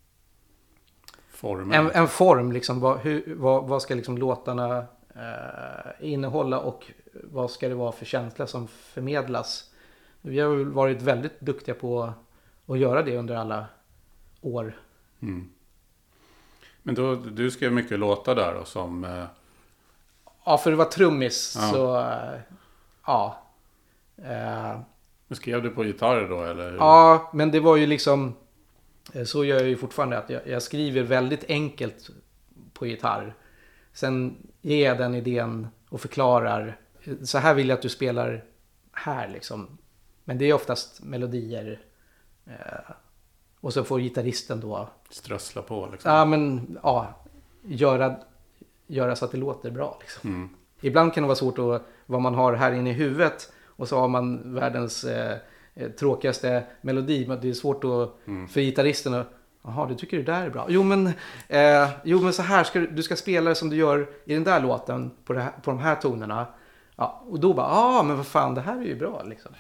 En, en form liksom, vad, hur, vad, vad ska liksom låtarna eh, innehålla och vad ska det vara för känsla som förmedlas. Vi har varit väldigt duktiga på att göra det under alla år. Mm. Men då, du skrev mycket låtar där då, som... Eh... Ja, för det var trummis ja. så eh, ja. Eh, men skrev du på gitarr då eller? Ja, men det var ju liksom... Så gör jag ju fortfarande att jag, jag skriver väldigt enkelt på gitarr. Sen ger jag den idén och förklarar. Så här vill jag att du spelar här liksom. Men det är oftast melodier. Eh, och så får gitarristen då... Strössla på liksom. Ja, men ja. Göra, göra så att det låter bra liksom. Mm. Ibland kan det vara svårt att vad man har här inne i huvudet. Och så har man världens... Eh, tråkigaste melodi, men det är svårt att, mm. för gitarristen att, jaha, du tycker det där är bra. Jo men, eh, jo, men så här ska du, du ska spela som du gör i den där låten på, det här, på de här tonerna. Ja, och då bara, ja ah, men vad fan, det här är ju bra liksom.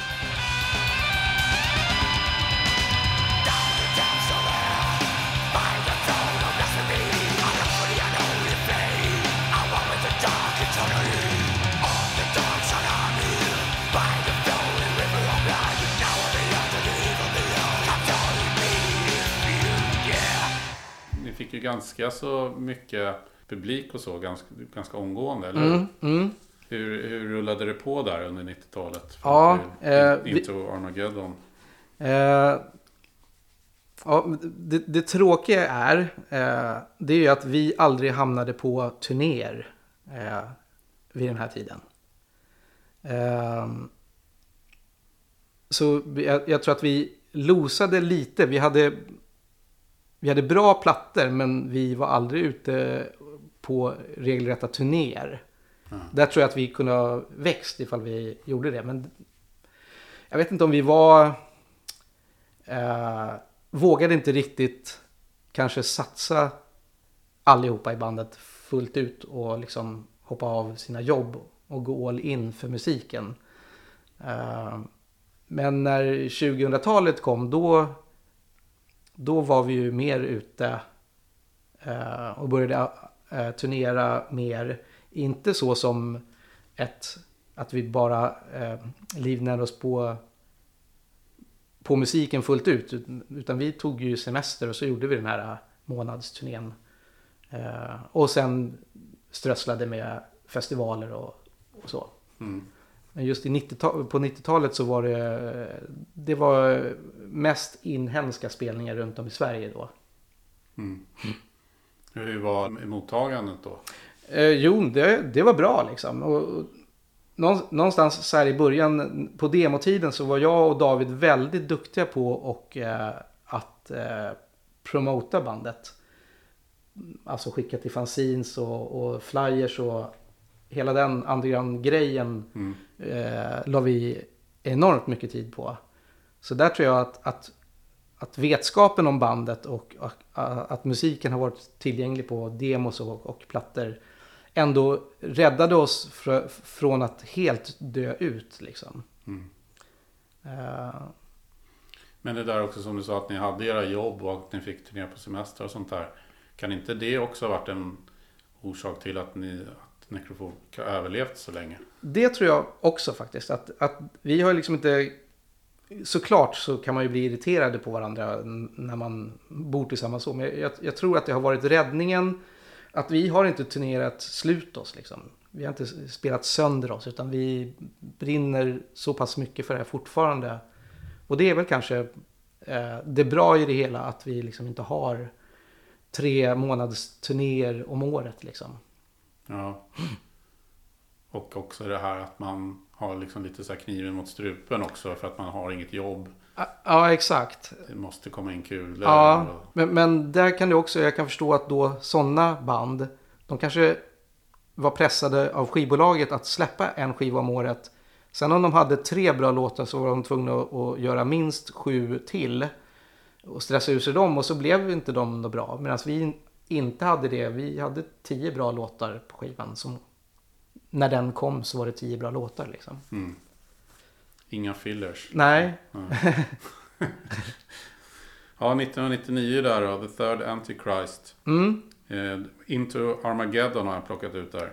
Fick ju ganska så mycket publik och så ganska, ganska omgående, eller mm, mm. hur, hur rullade det på där under nittiotalet? Ja, eh, Into vi, Armageddon. Eh, ja, det, det tråkiga är eh, det är ju att vi aldrig hamnade på turnéer eh, vid den här tiden. Eh, så jag, jag tror att vi losade lite. Vi hade Vi hade bra plattor, men vi var aldrig ute på regelrätta turnéer. Mm. Där tror jag att vi kunde ha växt ifall vi gjorde det. Men jag vet inte om vi var... Eh, vågade inte riktigt kanske satsa allihopa i bandet fullt ut och liksom hoppa av sina jobb och gå all in för musiken. Eh, men när tjugohundratalet kom, då... Då var vi ju mer ute eh, och började eh, turnera mer. Inte så som ett, att vi bara eh, livnärde oss på, på musiken fullt ut. Utan vi tog ju semester och så gjorde vi den här månadsturnén. Eh, och sen strösslade med festivaler och, och så. Mm. Men just i nittio-tal, på nittiotalet så var det, det var mest inhemska spelningar runt om i Sverige då. Mm. Hur var mottagandet då? Eh, jo, det, det var bra liksom. Och, och, någonstans så här i början, på demotiden så var jag och David väldigt duktiga på och, eh, att eh, promota bandet. Alltså skicka till fanzines och, och flyers och hela den underground-grejen mm. eh, la vi enormt mycket tid på. Så där tror jag att, att, att vetskapen om bandet och, och att musiken har varit tillgänglig på demos och, och plattor ändå räddade oss fr- från att helt dö ut liksom. Mm. Uh, Men det där också som du sa att ni hade era jobb och att ni fick turnera på semester och sånt där. Kan inte det också ha varit en orsak till att ni att Necrophobic har överlevt så länge? Det tror jag också faktiskt. Att, att vi har liksom inte... Såklart så kan man ju bli irriterade på varandra när man bor tillsammans så. Men jag, jag tror att det har varit räddningen. Att vi har inte turnerat slut oss liksom. Vi har inte spelat sönder oss utan vi brinner så pass mycket för det här fortfarande. Och det är väl kanske eh, det bra i det hela att vi liksom inte har tre månaders turnéer om året liksom. Ja. Och också det här att man har liksom lite så här kniven mot strupen också för att man har inget jobb. Ja, exakt. Det måste komma in kulor. Ja, men, men där kan det också, jag kan förstå att då sådana band, de kanske var pressade av skivbolaget att släppa en skiva om året. Sen om de hade tre bra låtar så var de tvungna att, att göra minst sju till och stressa ur sig dem och så blev inte de då bra. Medan vi inte hade det, vi hade tio bra låtar på skivan som när den kom så var det tio bra låtar liksom. Mm. Inga fillers. Nej. Ja, ja nittonhundranittionio där då, The Third Antichrist. Mm. Eh, Into Armageddon har jag plockat ut där.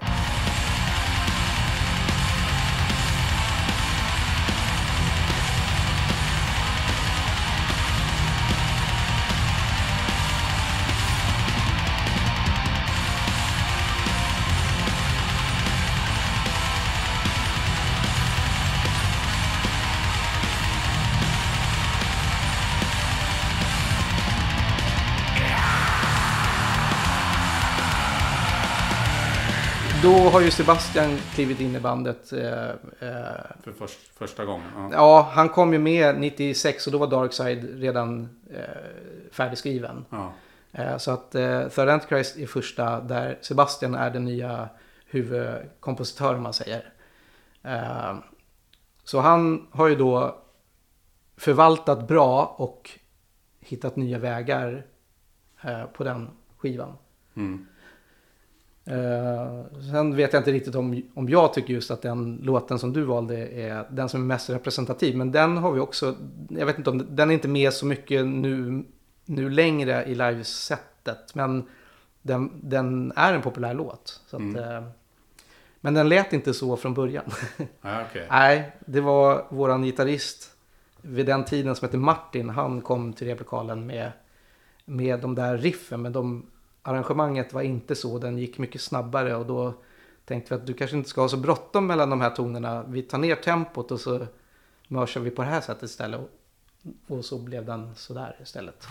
Då har ju Sebastian klivit in i bandet. Eh, eh, För först, första gången. Ja. ja, han kom ju med nittiosex och då var Darkside redan eh, färdigskriven. Ja. Eh, så att eh, Third Antichrist är första där Sebastian är den nya huvudkompositören man säger. Eh, så han har ju då förvaltat bra och hittat nya vägar eh, på den skivan. Mm. Uh, sen vet jag inte riktigt om, om jag tycker just att den låten som du valde är den som är mest representativ. Men den har vi också, jag vet inte om den är inte med så mycket nu, nu längre i livesättet. Men den, den är en populär låt. Så att, mm. uh, men den lät inte så från början. Ah, okay. Nej, det var våran gitarrist vid den tiden som heter Martin. Han kom till replokalen med, med de där riffen, men de arrangemanget var inte så, den gick mycket snabbare och då tänkte vi att du kanske inte ska ha så bråttom mellan de här tonerna. Vi tar ner tempot och så mörsar vi på det här sättet istället och, och så blev den så där istället.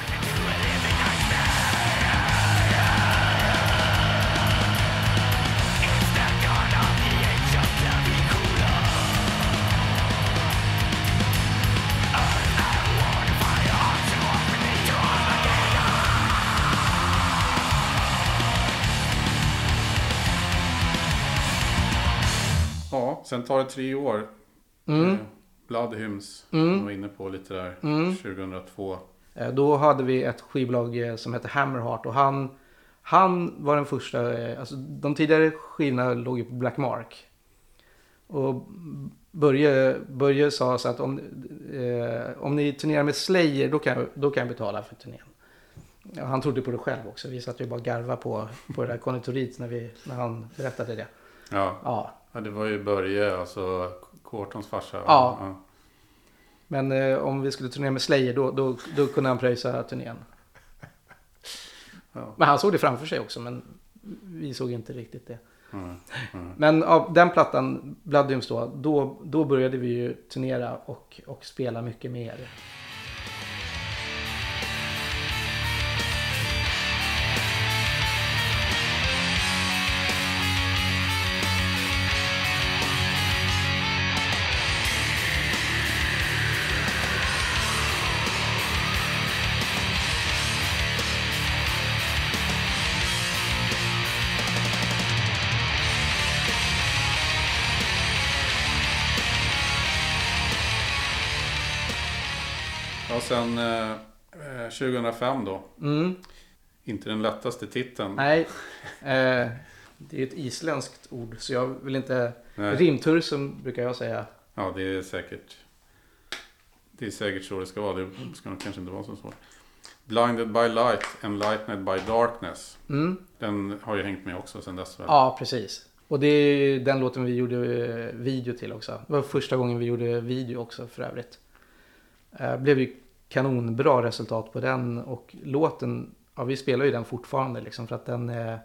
Ja, sen tar det tre år. Mm. Blood Hymns, mm. jag var inne på lite där, mm. tjugohundratvå. Då hade vi ett skivbolag som heter Hammerheart och han, han var den första, alltså de tidigare skivorna låg ju på Black Mark. Och Börje, Börje sa så att om, eh, om ni turnerar med Slayer då kan, då kan jag betala för turnén. Ja, han trodde på det själv också, vi satt ju bara garva på, på det där konditoriet när, vi, när han berättade det. Ja. Ja. Ja, det var ju Börje, alltså Courtons farsa. Ja. Ja. Men eh, om vi skulle turnera med Slayer då, då, då kunde han pröjsa turnén. Ja. Men han såg det framför sig också, men vi såg inte riktigt det. Mm. Mm. Men av den plattan, Blood Dreams då, då, då började vi ju turnera och, och spela mycket mer. Och sen eh, tjugohundrafem då. Mm. Inte den lättaste titeln. Nej, eh, det är ett isländskt ord så jag vill inte... Nej. Rimtursum brukar jag säga. Ja, det är säkert. Det är säkert så det ska vara. Det ska nog kanske inte vara så svårt. Blinded by light, enlightened by darkness. Mm. Den har ju hängt med också sen dess. Väl? Ja, precis. Och det är den låten vi gjorde eh, video till också. Det var första gången vi gjorde video också för övrigt. Det eh, blev ju kanonbra resultat på den. Och låten, ja vi spelar ju den fortfarande liksom för att den är...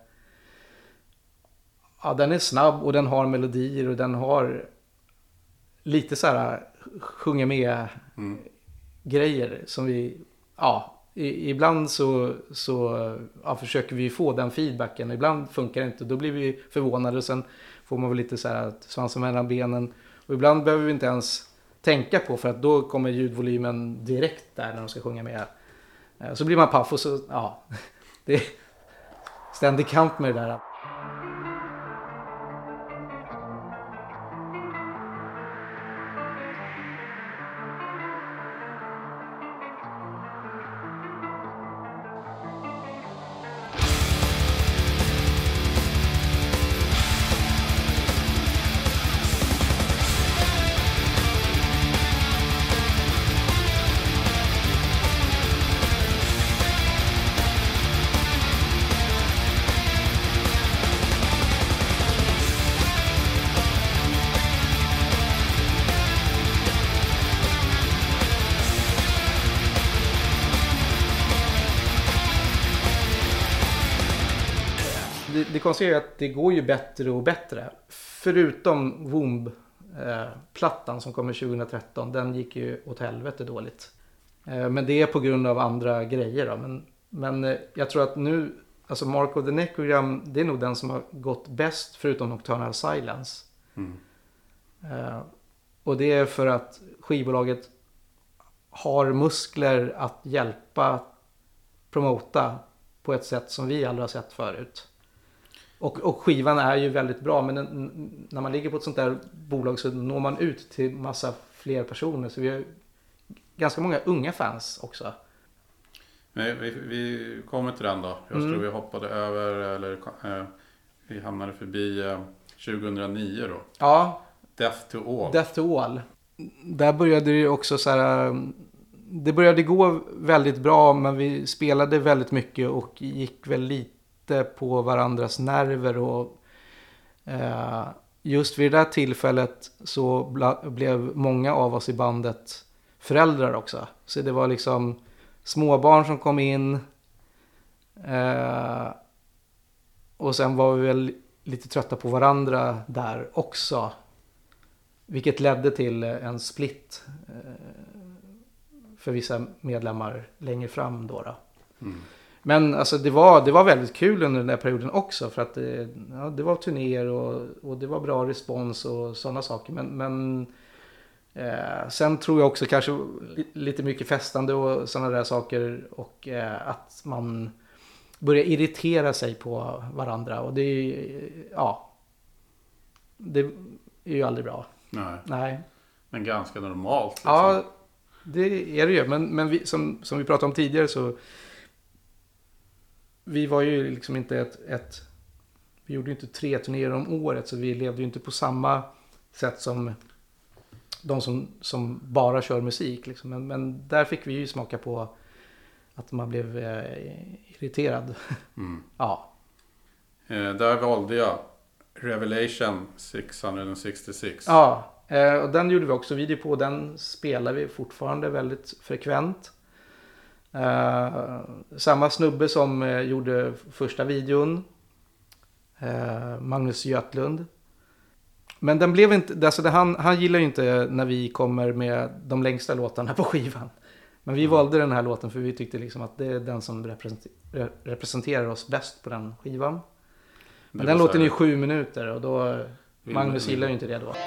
Ja, den är snabb och den har melodier och den har lite så här sjunga med Mm. grejer som vi... Ja, i, ibland så, så ja, försöker vi få den feedbacken. Ibland funkar det inte. Då blir vi förvånade och sen får man väl lite så här svansen mellan benen. Och ibland behöver vi inte ens tänka på för att då kommer ljudvolymen direkt där när de ska sjunga med. Så blir man paff och så, ja. Det är ständig kamp med det där. Det, det konstiga är att det går ju bättre och bättre. Förutom Womb-plattan som kommer tjugohundratretton. Den gick ju åt helvete dåligt. Eh, men det är på grund av andra grejer då. Men, men eh, jag tror att nu, alltså Mark of the Necrogram, det är nog den som har gått bäst förutom Nocturnal Silence. Mm. Eh, och det är för att skivbolaget har muskler att hjälpa promota på ett sätt som vi aldrig har sett förut. Och, och skivan är ju väldigt bra, men den, när man ligger på ett sånt där bolag så når man ut till massa fler personer. Så vi har ganska många unga fans också. Men vi, vi kommer till den då. Jag Mm. tror vi hoppade över, eller eh, vi hamnade förbi eh, tjugohundranio då. Ja, Death to All. Death to All. Där började det också så här... Det började gå väldigt bra, men vi spelade väldigt mycket och gick väl lite på varandras nerver. Och eh, just vid det där tillfället så bla, blev många av oss i bandet föräldrar också. Så det var liksom småbarn som kom in. Eh, och sen var vi väl lite trötta på varandra där också. Vilket ledde till en split eh, för vissa medlemmar längre fram då. då. Mm. Men alltså det var, det var väldigt kul under den där perioden också. För att det, ja, det var turnéer och, och det var bra respons och sådana saker. Men, men eh, sen tror jag också kanske li, lite mycket festande och sådana där saker. Och eh, att man börjar irritera sig på varandra. Och det är ja, det är ju aldrig bra. Nej. Nej. Men ganska normalt. Liksom. Ja, det är det ju. Men, men vi, som, som vi pratade om tidigare så vi var ju liksom inte ett, ett vi gjorde ju inte tre turnéer om året så vi levde ju inte på samma sätt som de som, som bara kör musik liksom. men, men där fick vi ju smaka på att man blev eh, irriterad. Mm. Ja. Eh, där valde jag Revelation sexhundrasextiosex. Ja, eh, och den gjorde vi också video på. Den spelar vi fortfarande väldigt frekvent. Uh, samma snubbe som uh, gjorde första videon. Uh, Magnus Götlund. Men den blev inte, alltså det, han, han gillar ju inte när vi kommer med de längsta låtarna på skivan. Men vi mm. valde den här låten för vi tyckte liksom att det är den som representer, representerar oss bäst på den skivan. Men den låten är ju sju minuter och då, Magnus gillar ju inte det då.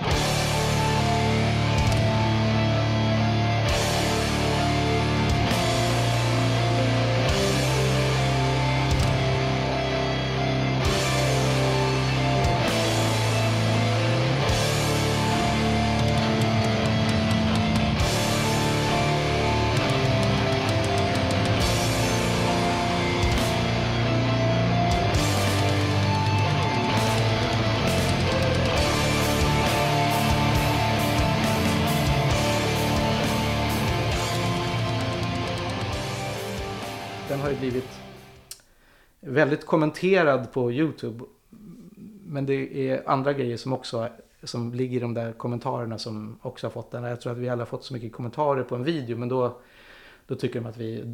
Den har ju blivit väldigt kommenterad på YouTube. Men det är andra grejer som också som ligger i de där kommentarerna som också har fått den. Jag tror att vi alla har fått så mycket kommentarer på en video. Men då, då tycker de att vi...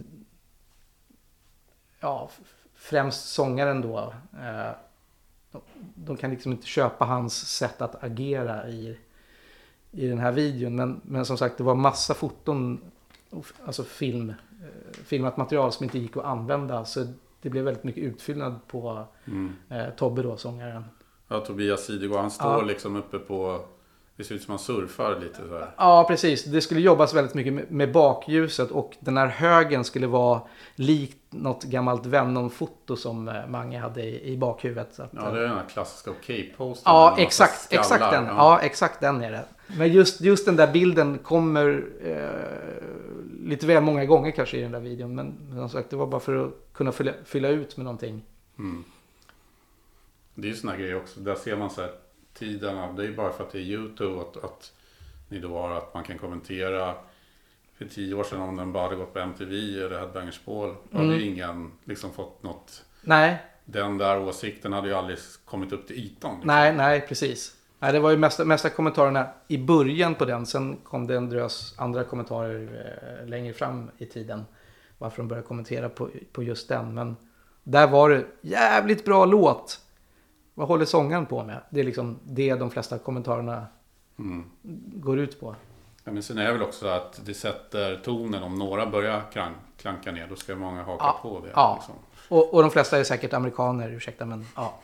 Ja, främst sångaren då. Eh, de, de kan liksom inte köpa hans sätt att agera i, i den här videon. Men, men som sagt, det var massa foton, alltså film... filmat material som inte gick att använda, så det blev väldigt mycket utfyllnad på mm. eh, Tobbe då, sångaren. Ja, Tobias Sidegård, han står ja. liksom uppe på, det ser ut som han surfar lite så här. Ja, precis. Det skulle jobbas väldigt mycket med, med bakljuset och den här högen skulle vara likt något gammalt Venom-foto som eh, Mange hade i, i bakhuvudet. Så att, ja, det är den här klassiska okej-posten. Ja, exakt, exakt den. Ja. ja, exakt den är det. Men just, just den där bilden kommer eh, lite väl många gånger kanske i den där videon. Men som sagt, det var bara för att kunna fylla, fylla ut med någonting. Mm. Det är ju såna grejer också. Där ser man så här tiderna. Det är bara för att det är YouTube. Att, att ni då har att man kan kommentera. För tio år sedan om den bara hade gått på M T V eller Headbangers Ball. Då hade mm. ingen liksom fått något. Nej. Den där åsikten hade ju aldrig kommit upp till ytan. Liksom. Nej, nej, precis. Nej, det var ju mesta, mesta kommentarerna i början på den. Sen kom det en drös andra kommentarer eh, längre fram i tiden. Varför de började kommentera på, på just den. Men där var det jävligt bra låt. Vad håller sångaren på med? Det är liksom det de flesta kommentarerna mm. går ut på. Ja, men sen är det väl också att det sätter tonen. Om några börjar krank, klanka ner, då ska många haka ja, på det. Ja, liksom. och, och de flesta är säkert amerikaner, ursäkta, men ja.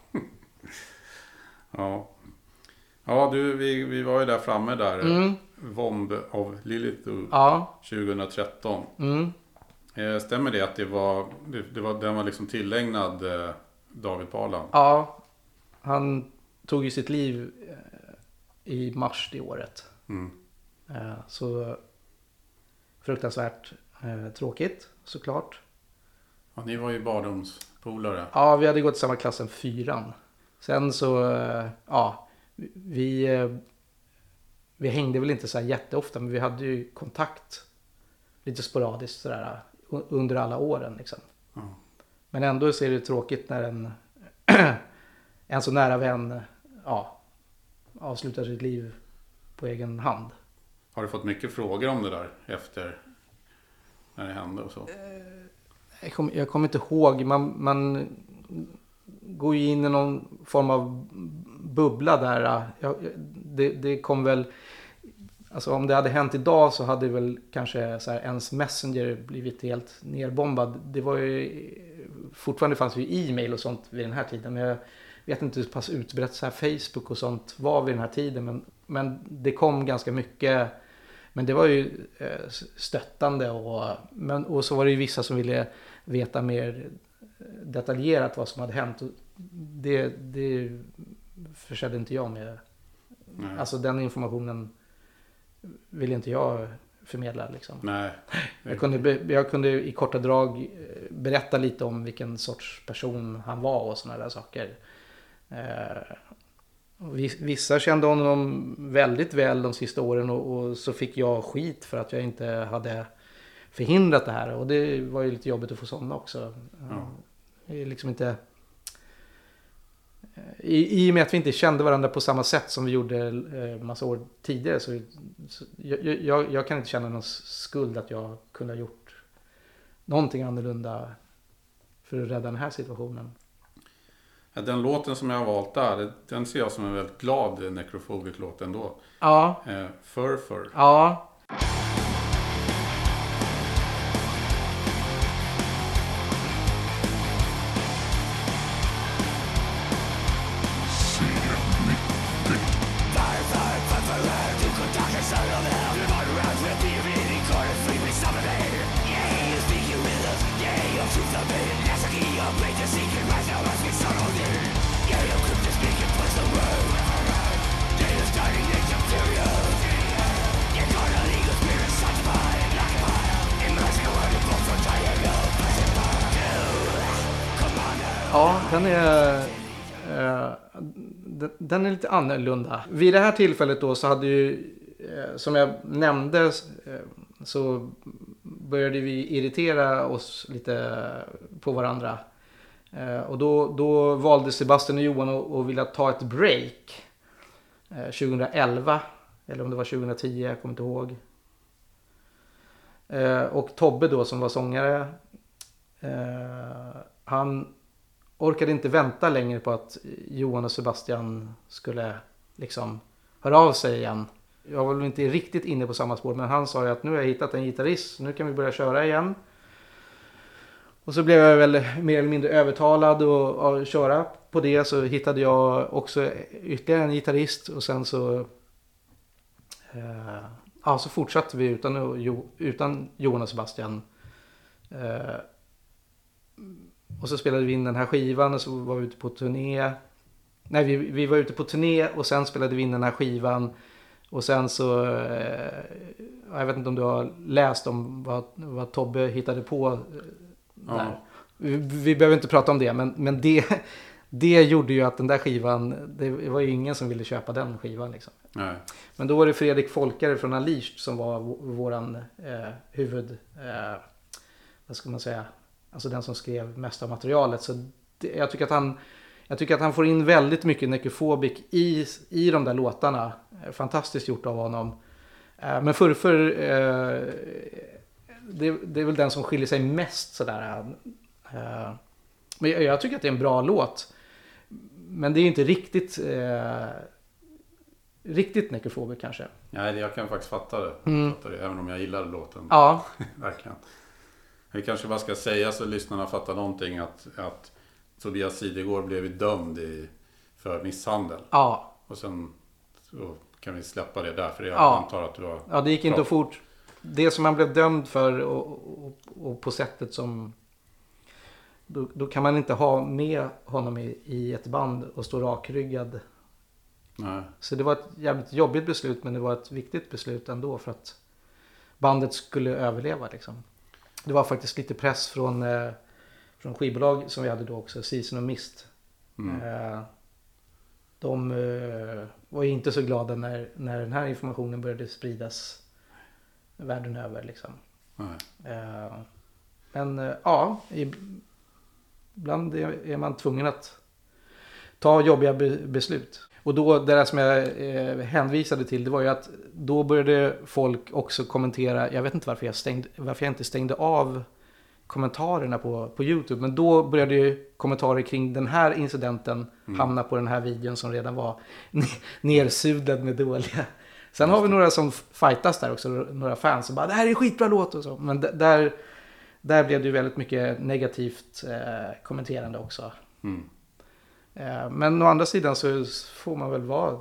ja. Ja, du, vi, vi var ju där framme där. Mm. Vomb of Lilith ja. tjugohundratretton. Mm. Eh, stämmer det att det var, det, det var, den var liksom tillägnad eh, David Palan? Ja, han tog ju sitt liv eh, i mars det året. Mm. Eh, så fruktansvärt eh, tråkigt, såklart. Ja, ni var ju barndomspolare. Ja, vi hade gått i samma klass än fyran. Sen så, eh, ja... Vi, vi hängde väl inte så här jätteofta, men vi hade ju kontakt lite sporadiskt sådär, under alla åren. Liksom. Mm. Men ändå så är det tråkigt när en, en så nära vän ja, avslutar sitt liv på egen hand. Har du fått mycket frågor om det där efter när det hände och så? Jag kommer jag kom inte ihåg. Man, man går ju in i någon form av bubbla där. Ja, det, det kom väl, alltså om det hade hänt idag så hade väl kanske så här, ens Messenger blivit helt nerbombad. Det var ju, fortfarande fanns ju e-mail och sånt vid den här tiden. Men jag vet inte hur pass utbrett så här Facebook och sånt var vid den här tiden. Men, men det kom ganska mycket. Men det var ju stöttande och, men, och så var det ju vissa som ville veta mer detaljerat vad som hade hänt. Och det, det försökte inte jag med. Nej. Alltså den informationen vill inte jag förmedla liksom. Nej. Jag kunde, jag kunde i korta drag berätta lite om vilken sorts person han var och sådana där saker. Vissa kände honom väldigt väl de sista åren och, och så fick jag skit för att jag inte hade förhindrat det här. Och det var ju lite jobbigt att få sådana också. Ja. Det är liksom inte... I, I och med att vi inte kände varandra på samma sätt som vi gjorde eh, massa år tidigare så, så jag, jag, jag kan inte känna någon skuld att jag kunde ha gjort någonting annorlunda för att rädda den här situationen. Ja, den låten som jag har valt där, den ser jag som en väldigt glad Necrophobic-låt ändå. Ja. Eh, för för. Ja. Ja, den är, eh, den, den är lite annorlunda. Vid det här tillfället då så hade ju, eh, som jag nämnde, eh, så började vi irritera oss lite på varandra. Eh, och då, då valde Sebastian och Johan att, att vilja ta ett break eh, tjugoelva, eller om det var tjugohundratio, jag kommer inte ihåg. Eh, och Tobbe då som var sångare, eh, han orkade inte vänta längre på att Johan och Sebastian skulle liksom höra av sig igen. Jag var väl inte riktigt inne på samma spår, men han sa ju att nu har jag hittat en gitarrist, nu kan vi börja köra igen. Och så blev jag väl mer eller mindre övertalad att, att köra på det, så hittade jag också ytterligare en gitarrist och sen så eh, ja, så fortsatte vi utan, utan Johan och Sebastian. Eh, Och så spelade vi in den här skivan och så var vi ute på turné. Nej, vi, vi var ute på turné och sen spelade vi in den här skivan. Och sen så, eh, jag vet inte om du har läst om vad, vad Tobbe hittade på eh, där. Ja. Vi, vi behöver inte prata om det, men, men det, det gjorde ju att den där skivan, det var ju ingen som ville köpa den skivan liksom. Nej. Men då var det Fredrik Folkare från Unleashed som var våran eh, huvud, eh, vad ska man säga, alltså den som skrev mest av materialet. Så det, jag, tycker att han, jag tycker att han får in väldigt mycket Necrophobic i, i de där låtarna. Fantastiskt gjort av honom. Eh, men Furfur, eh, det, det är väl den som skiljer sig mest sådär. Eh, men jag, jag tycker att det är en bra låt. Men det är inte riktigt eh, riktigt Necrophobic kanske. Nej, jag kan faktiskt fatta det. Mm. Fatta det även om jag gillar låten. Ja. Verkligen. Vi kanske bara ska säga så lyssnarna fattar någonting att, att Tobias Sidegård blev dömd i, för misshandel. Ja. Och sen så kan vi släppa det där, för jag Ja. antar att det var... Ja, det gick inte att fort. Det som han blev dömd för och, och, och på sättet som... Då, då kan man inte ha med honom i, i ett band och stå rakryggad. Nej. Så det var ett jävligt jobbigt beslut, men det var ett viktigt beslut ändå för att bandet skulle överleva liksom. Det var faktiskt lite press från, eh, från skivbolag som vi hade då också, Season och Mist. Mm. Eh, de eh, var ju inte så glada när, när den här informationen började spridas världen över liksom. Nej. Eh, men eh, ja, ibland är, är man tvungen att ta jobbiga be- beslut. Och då, det där som jag eh, hänvisade till, det var ju att då började folk också kommentera, jag vet inte varför jag, stängde, varför jag inte stängde av kommentarerna på, på YouTube, men då började ju kommentarer kring den här incidenten mm. hamna på den här videon som redan var nersudlad med dåliga. Sen har vi några som fightas där också, några fans som bara, det här är skitbra låt och så, men d- där, där blev det ju väldigt mycket negativt eh, kommenterande också. Mm. Men å andra sidan så får man väl vara...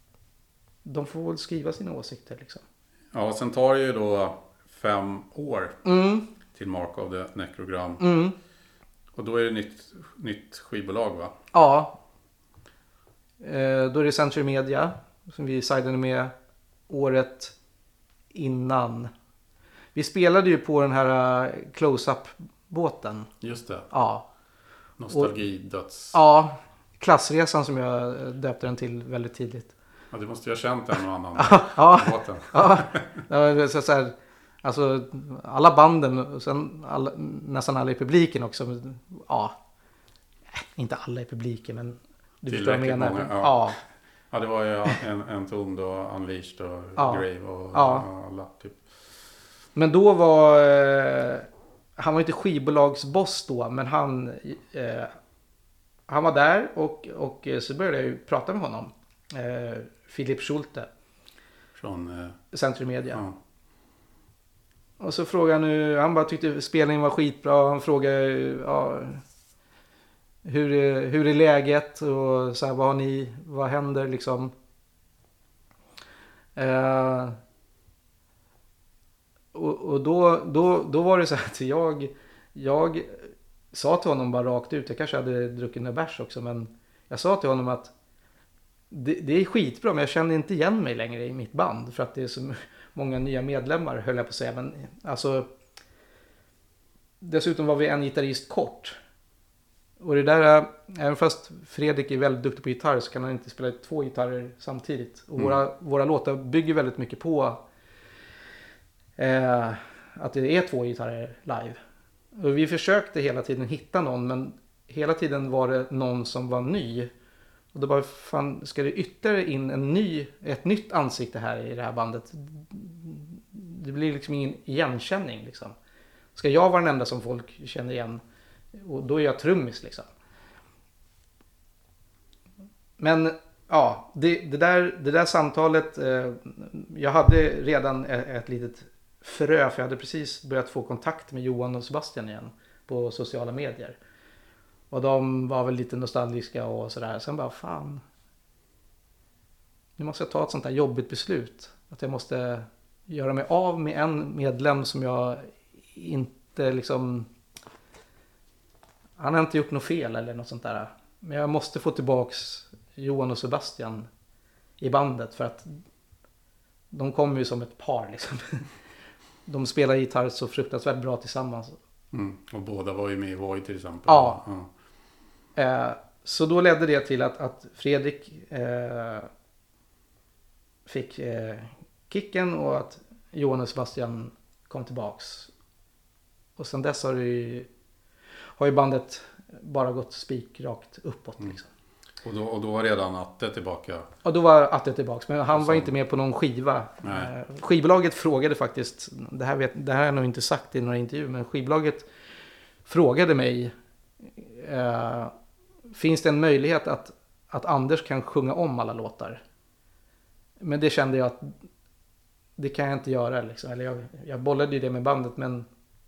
De får väl skriva sina åsikter liksom. Ja, och sen tar det ju då fem år Mm. till Mark of the Necrogram. Mm. Och då är det nytt, nytt skivbolag, va? Ja. Eh, då är det Century Media som vi sidade med året innan. Vi spelade ju på den här uh, close-up-båten. Just det. Ja. Nostalgi, döds... Ja, klassresan som jag döpte den till väldigt tidigt. Ja, du måste ju ha känt en och annan ja, på båten. ja. Det var så, så här, alltså alla banden och sen alla, nästan alla i publiken också. Ja, inte alla i publiken, men du förstår vad jag menar. Många, ja. Ja. Ja, det var ju en, en ton då, Unleashed och Ja. Grave och Ja. alla typ. Men då var... Eh, han var inte skivbolagsboss då, men han, eh, han var där och, och så började jag ju prata med honom. Eh, Philip Schulte. Från... Eh, Century Media. ja. Och så frågade han nu, han bara tyckte spelningen var skitbra. Han frågade ja, hur, är, hur är läget och så här, vad har ni, vad händer liksom. Eh, och och då, då, då var det så här att jag, jag sa till honom bara rakt ut, jag kanske hade druckit en bärs också, men jag sa till honom att det, det är skitbra, men jag kände inte igen mig längre i mitt band för att det är så många nya medlemmar, höll jag på att säga. Men alltså, dessutom var vi en gitarrist kort. Och det där, även fast Fredrik är väldigt duktig på gitarr så kan han inte spela två gitarrer samtidigt. Och mm. våra, våra låtar bygger väldigt mycket på eh, att det är två gitarrer live. Och vi försökte hela tiden hitta någon, men hela tiden var det någon som var ny. Och då bara, fan, ska det ytterligare in en ny, ett nytt ansikte här i det här bandet? Det blir liksom ingen igenkänning liksom. Ska jag vara den enda som folk känner igen? Och då är jag trummis liksom. Men ja, det, det, där, det där samtalet, eh, jag hade redan ett, ett litet frö, för jag hade precis börjat få kontakt med Johan och Sebastian igen på sociala medier. Och de var väl lite nostalgiska och sådär. Sen bara, fan. Nu måste jag ta ett sånt här jobbigt beslut. Att jag måste göra mig av med en medlem som jag inte liksom... Han har inte gjort något fel eller något sånt där. Men jag måste få tillbaks Johan och Sebastian i bandet. För att de kommer ju som ett par liksom. De spelar gitarr så fruktansvärt bra tillsammans. Mm. Och båda var ju med i Void till exempel. Ja. ja. Eh, så då ledde det till att, att Fredrik eh, fick eh, kicken och att Johan och Sebastian kom tillbaks. Och sen dess har, det, har ju bandet bara gått spikrakt uppåt. Mm. Liksom. Och, då, och då var redan Atte tillbaka? Och då var Atte tillbaks, men han var inte med på någon skiva. Nej. Eh, skivbolaget frågade faktiskt, det här, vet, det här har jag nog inte sagt i några intervju, men skivbolaget frågade mig eh, finns det en möjlighet att, att Anders kan sjunga om alla låtar? Men det kände jag att det kan jag inte göra. Liksom. Eller jag, jag bollade ju det med bandet, men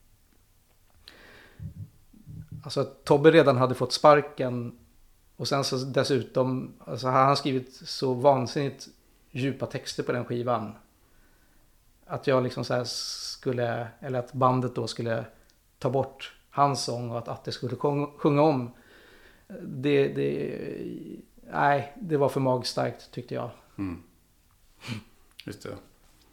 alltså Tobbe redan hade fått sparken och sen så dessutom alltså han har skrivit så vansinnigt djupa texter på den skivan att jag liksom så här skulle, eller att bandet då skulle ta bort hans sång och att Atte skulle sjunga om. Det, det, nej, det var för magstarkt tyckte jag. Mm. Just det.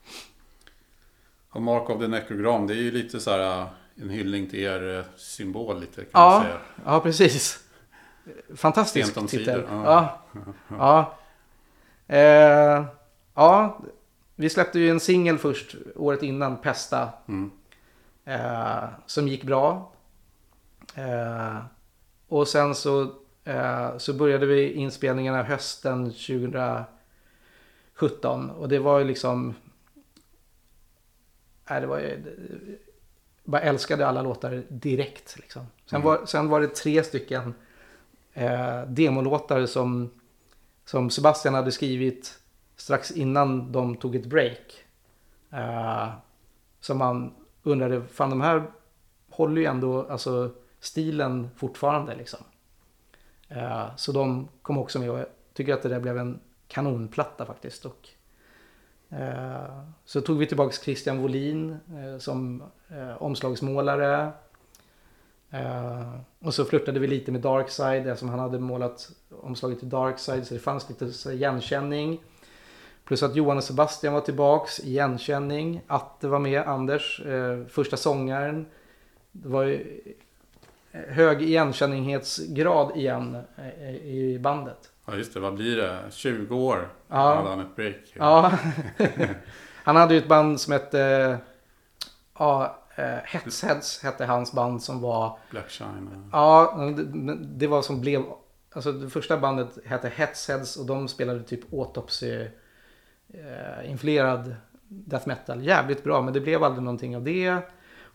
Och Mark of the Necrogram, det är ju lite så här en hyllning till er symbol lite kan ja, man säga. Ja, precis. Fantastisk titel. Ja. Ja. Ja. Eh, ja, vi släppte ju en singel först året innan, Pesta. Mm. Eh, som gick bra. Eh, och sen så, eh, så började vi inspelningarna hösten tjugosjutton. Och det var ju liksom... Nej, det var ju... bara älskade alla låtar direkt. Liksom. Sen, Mm. var, sen var det tre stycken eh, demolåtar som, som Sebastian hade skrivit strax innan de tog ett break. Eh, som man undrade, fan de här håller ju ändå alltså, stilen fortfarande. Liksom. Eh, så de kom också med och jag tycker att det där blev en kanonplatta faktiskt. Och, eh, så tog vi tillbaka Christian Wåhlin eh, som eh, omslagsmålare. Eh, och så flyttade vi lite med Darkside eftersom han hade målat omslaget till Darkside så det fanns lite så igenkänning. Plus att Johan och Sebastian var tillbaks, igenkänning. Atte var med, Anders, eh, första sångaren. Det var ju hög igenkänningsgrad igen eh, i bandet. Ja just det, vad blir det? tjugo år ja. hade han ett break. Ja. Han hade ju ett band som hette ja, Headsheads hette hans band som var Black Shine. ja, det, det var som blev alltså det första bandet hette Headsheads och de spelade typ Autopsy eh, influerad death metal. Jävligt bra, men det blev aldrig någonting av det.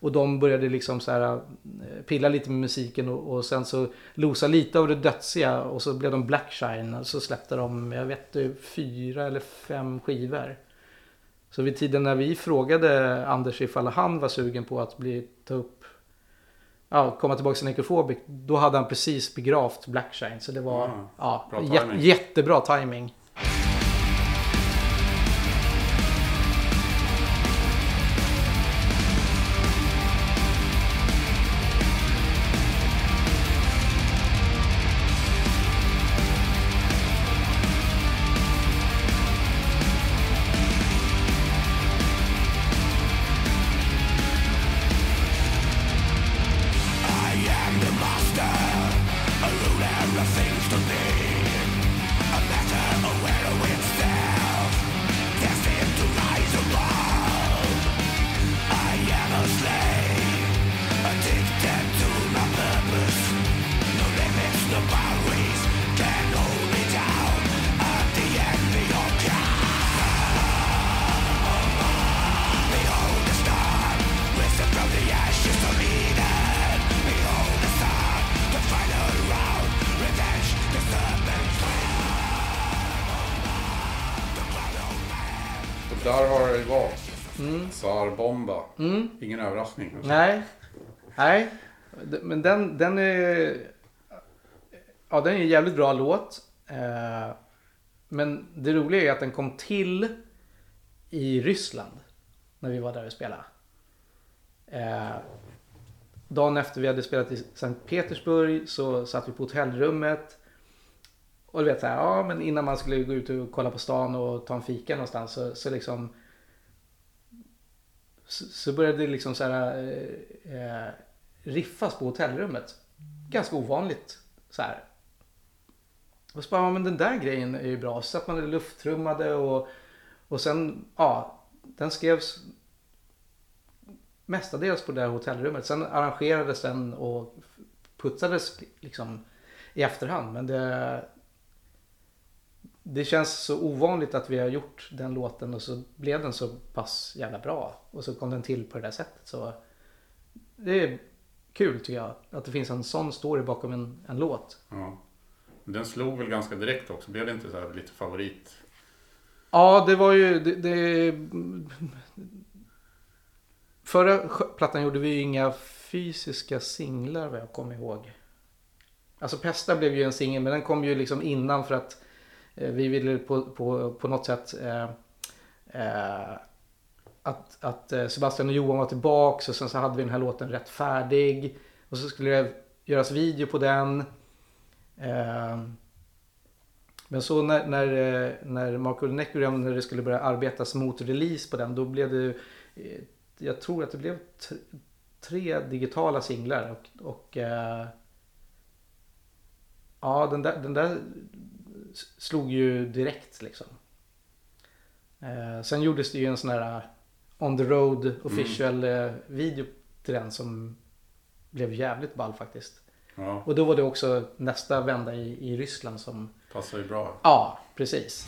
Och de började liksom så här pilla lite med musiken och, och sen så losa lite av det dödsiga och så blev de Black Shine och så släppte de, jag vet inte, fyra eller fem skivor. Så vid tiden när vi frågade Anders ifall han var sugen på att bli, ta upp, ja, komma tillbaka till Necrophobic, då hade han precis begravt Black Shine. Så det var Mm. ja, Bra jät- timing. jättebra timing. Där har det gått. Mm. Tsar-bomba. Mm. Ingen överraskning. Kanske. Nej, nej. D- Men den, den är... Ja, den är en jävligt bra låt. Eh, men det roliga är att den kom till i Ryssland. När vi var där och spelade. Eh, dagen efter vi hade spelat i Sankt Petersburg så satt vi på hotellrummet. Och du vet så här, ja men innan man skulle gå ut och kolla på stan och ta en fika någonstans så, så liksom... Så, så började det liksom så här... Eh, riffas på hotellrummet. Ganska ovanligt så här. Och så bara, ja, men den där grejen är ju bra. Så att man är lufttrummade och, och sen, ja, den skrevs mestadels på det här hotellrummet. Sen arrangerades den och putsades liksom i efterhand. Men det, det känns så ovanligt att vi har gjort den låten och så blev den så pass jävla bra. Och så kom den till på det där sättet. Så det är kul tycker jag. Att det finns en sån story bakom en, en låt. Ja. Den slog väl ganska direkt också. Blev det inte så här lite favorit? Ja, det var ju... Det, det... Förra plattan gjorde vi ju inga fysiska singlar vad jag kommer ihåg. Alltså Pesta blev ju en singel, men den kom ju liksom innan för att eh, vi ville på, på, på något sätt eh, eh, att, att eh, Sebastian och Johan var tillbaka och sen så hade vi den här låten rätt färdig och så skulle det göras video på den. Eh, men så när, när, eh, när Marco Necrogram, när det skulle börja arbetas mot release på den, då blev det eh, jag tror att det blev t- tre digitala singlar och, och eh, ja, den där, den där slog ju direkt liksom. Eh, sen gjordes det ju en sån här on the road official mm. eh, video till den som blev jävligt ball faktiskt. Ja. Och då var det också nästa vända i, i Ryssland som... Passar ju bra. Ja, precis.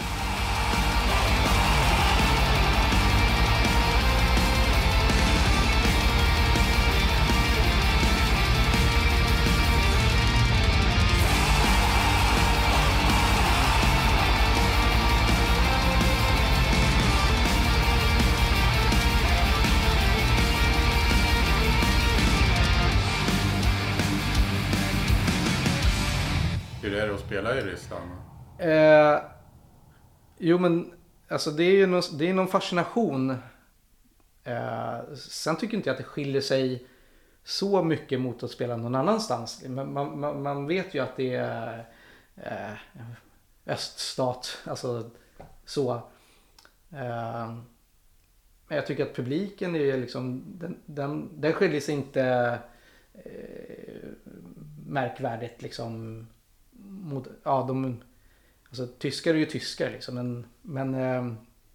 Hur är det att spela i Ryssland? Eh, jo men alltså det är ju någon, det är någon fascination. Eh, sen tycker inte jag att det skiljer sig så mycket mot att spela någon annanstans. Man, man, man vet ju att det är eh, öststat, alltså så. Eh, men jag tycker att publiken är liksom, den, den, den skiljer sig inte eh, märkvärdigt liksom. Mot, ja, de, alltså, tyskar är ju tyskar liksom, men, men, eh,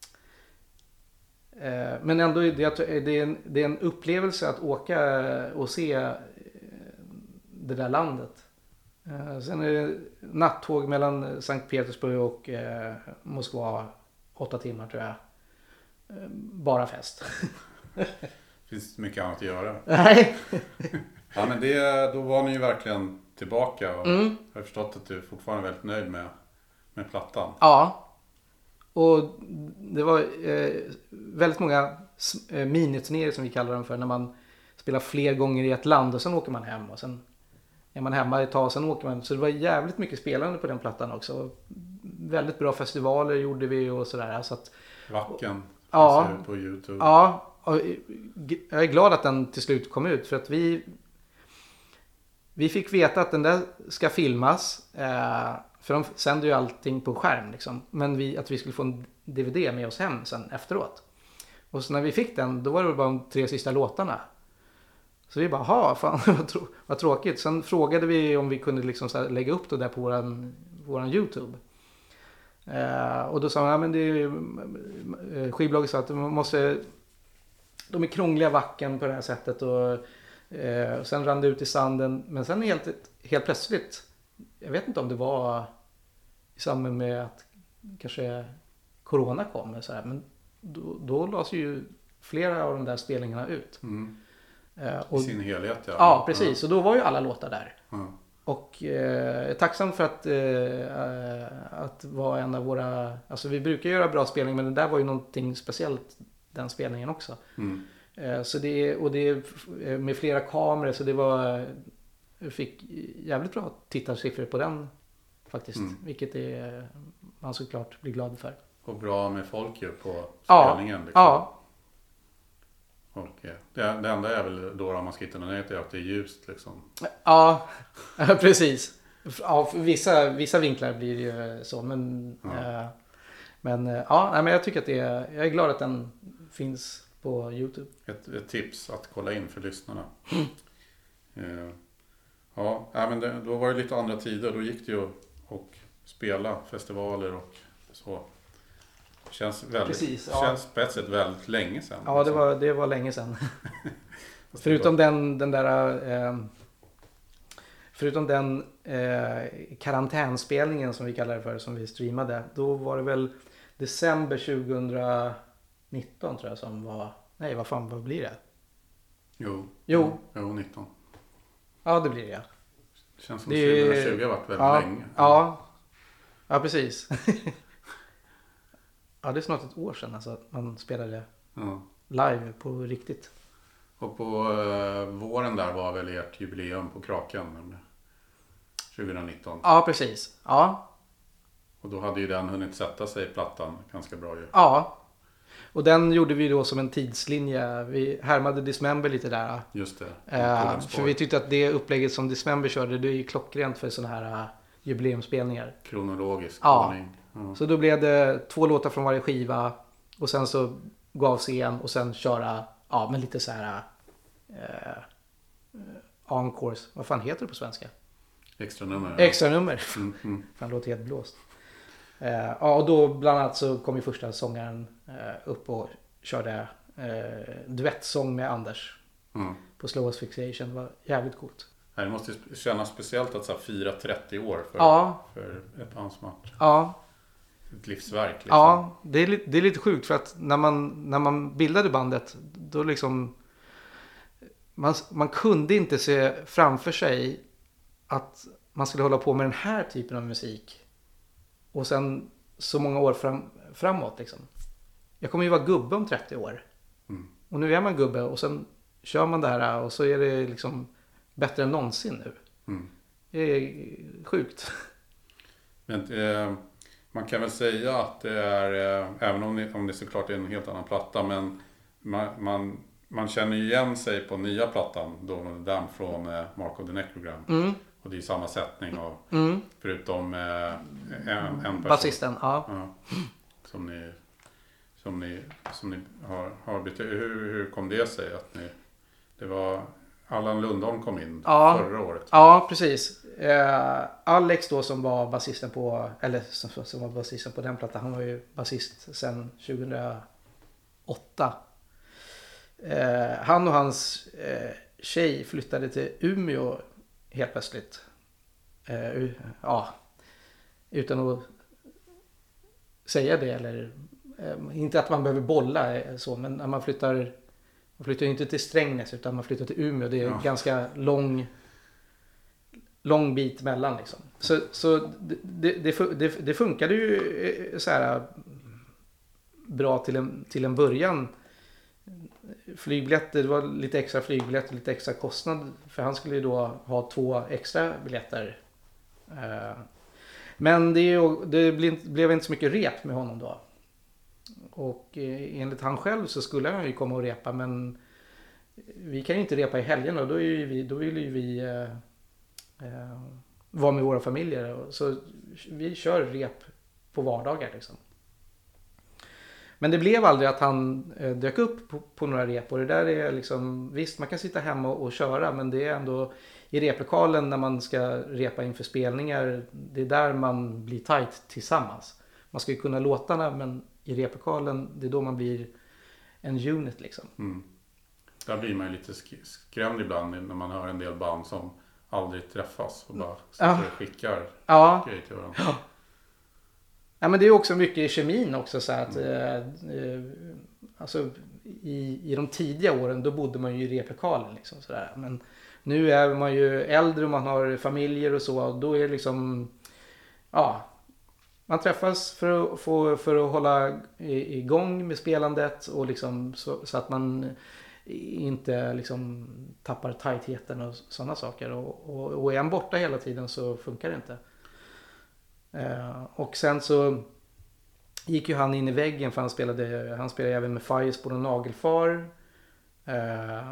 eh, men ändå är det, det, är en, det är en upplevelse att åka och se eh, det där landet. Eh, sen är det nattåg mellan Sankt Petersburg och eh, Moskva, åtta timmar tror jag. Eh, bara fest. finns mycket annat att göra. Nej. Ja, men det, då var ni ju verkligen tillbaka och Mm. jag har förstått att du är fortfarande väldigt nöjd med, med plattan. Ja. Och det var eh, väldigt många eh, miniturnéer som vi kallar dem för, när man spelar fler gånger i ett land och sen åker man hem och sen är man hemma ett tag och sen åker man. Så det var jävligt mycket spelande på den plattan också. Och väldigt bra festivaler gjorde vi och sådär. Så att, Vacken ja, finns ju på YouTube. ja, och jag är glad att den till slut kom ut för att vi vi fick veta att den där ska filmas. Eh, för de sänder ju allting på skärm liksom. Men vi, att vi skulle få en D V D med oss hem sen efteråt. Och så när vi fick den, då var det bara de tre sista låtarna. Så vi bara, ha fan vad, trå- vad tråkigt. Sen frågade vi om vi kunde liksom så här lägga upp det där på våran, våran YouTube. Eh, och då sa man, ja men det är, skivbolaget sa att man måste, de är krångliga vacken på det här sättet. Och eh, sen rann det ut i sanden. Men sen helt, helt plötsligt, jag vet inte om det var i samband med att kanske corona kom. Så här, men då, då lades ju flera av de där spelningarna ut. Mm. Eh, och, I sin helhet, ja. ja, precis. Och då var ju alla låtar där. Ja. Och eh, jag är tacksam för att, eh, att vara en av våra... Alltså vi brukar göra bra spelning, men det där var ju någonting speciellt, den spelningen också. Mm. Eh, så det, och det är med flera kameror, så det var... Jag fick jävligt bra tittarsiffror på den faktiskt. Mm. Vilket är, man såklart blir glad för. Och bra med folk ju på ja, spelningen. Liksom. Ja. Och det, det enda är väl då om man ska hitta något nytt är att det är ljust liksom. Ja, precis. Ja, för vissa, vissa vinklar blir det ju så. Men, ja. eh, men, ja, nej, men jag tycker att det är, jag är glad att den finns på YouTube. Ett, ett tips att kolla in för lyssnarna. Mm. Eh, ja, men det, då var det lite andra tider. Då gick det ju och spela festivaler och så. Känns väldigt, Precis, ja. Känns på ett sätt väldigt länge sedan. Ja, det var, det var länge sedan. Förutom den, den där eh, förutom den eh, karantänspelningen som vi kallar det för, som vi streamade, då var det väl december tjugonitton tror jag som var, nej vad fan, vad blir det? Jo, jo. jo nitton. Ja, det blir det, ja. Det känns som det är, tjugohundratjugo har varit väldigt ja, länge. Ja, ja precis. Ja, det är snart ett år sedan alltså, att man spelade ja. live på riktigt. Och på uh, våren där var väl ert jubileum på Kraken tjugonitton. Ja, precis. Ja. Och då hade ju den hunnit sätta sig i plattan ganska bra ju. Ja. Och den gjorde vi då som en tidslinje. Vi härmade Dismember lite där. Just det. Eh, för vi tyckte att det upplägget som Dismember körde, det är ju klockrent för sådana här uh, jubileumsspelningar. Kronologisk ja. ordning. Ja. Så då blev det två låtar från varje skiva. Och sen så gav scen och sen köra, ja men lite så här uh, uh, encores. Vad fan heter det på svenska? Extra nummer. Ja. Extra nummer. Mm, mm. Fan, låter helt blåst. Uh, ja, och då bland annat så kom ju första sångaren uh, upp och körde uh, duettsång med Anders. Mm. På Slowest Fixation. Det var jävligt coolt. Det måste kännas speciellt att så här, fira trettio år för, ja. för ett bandsmatch. Ja. Ett livsverk liksom. Ja, det är, det är lite sjukt för att när man, när man bildade bandet då liksom man, man kunde inte se framför sig att man skulle hålla på med den här typen av musik och sen så många år fram, framåt liksom. Jag kommer ju vara gubbe om trettio år. Mm. Och nu är man gubbe och sen kör man det här och så är det liksom bättre än någonsin nu. Mm. Det är sjukt. Men eh, man kan väl säga att det är, eh, även om det, om det såklart är en helt annan platta, men man, man, man känner ju igen sig på nya plattan, då den från eh, Mark of the Necrogram. Mm. Och det är samma sättning av, mm. förutom eh, en, en person. Basisten, ja. ja. Som ni, som ni, som ni har, har bytt. Hur, hur kom det sig att ni, det var Allan Lundholm kom in ja. förra året? Ja, precis. Eh, Alex då som var basisten på, eller som, som var basisten på den plattan, han var ju basist sedan tjugohundraåtta. Eh, han och hans eh, tjej flyttade till Umeå helt plötsligt. Eh, u- ja, utan att säga det eller eh, inte att man behöver bolla eh, så, men när man flyttar Man flyttar ju inte till Strängnäs utan man flyttar till Umeå. Det är Ja. en ganska lång, lång bit mellan liksom. Så, så det, det, det, det funkade ju så här bra till en, till en början. Flygbiljetter, det var lite extra flygbiljetter, lite extra kostnad. För han skulle ju då ha två extra biljetter. Men det, det blev inte så mycket rep med honom då. Och enligt han själv så skulle han ju komma och repa, men vi kan ju inte repa i helgen och då, är ju vi, då vill ju vi eh, eh, vara med våra familjer. Så vi kör rep på vardagar liksom. Men det blev aldrig att han eh, dök upp på, på några rep. Och det där är liksom, visst man kan sitta hemma och, och köra, men det är ändå i replokalen när man ska repa inför spelningar, det är där man blir tight tillsammans. Man ska ju kunna låtarna, men i replokalen, det är då man blir en unit liksom. Mm. Där blir man ju lite sk- skrämd ibland när man hör en del band som aldrig träffas och bara sitter Ja. och skickar Ja. grejer till varandra. Ja. Ja, men det är också mycket i kemin också så att mm. eh, alltså i, i de tidiga åren då bodde man ju i replokalen liksom sådär. Men nu är man ju äldre och man har familjer och så, och då är det liksom ja, man träffas för att, för, för att hålla igång med spelandet och liksom så, så att man inte liksom tappar tajtheten och sådana saker. Och, och, och är han borta hela tiden så funkar det inte. Uh, och sen så gick ju han in i väggen för han spelade, han spelade även med Firesport och Nagelfar. Uh,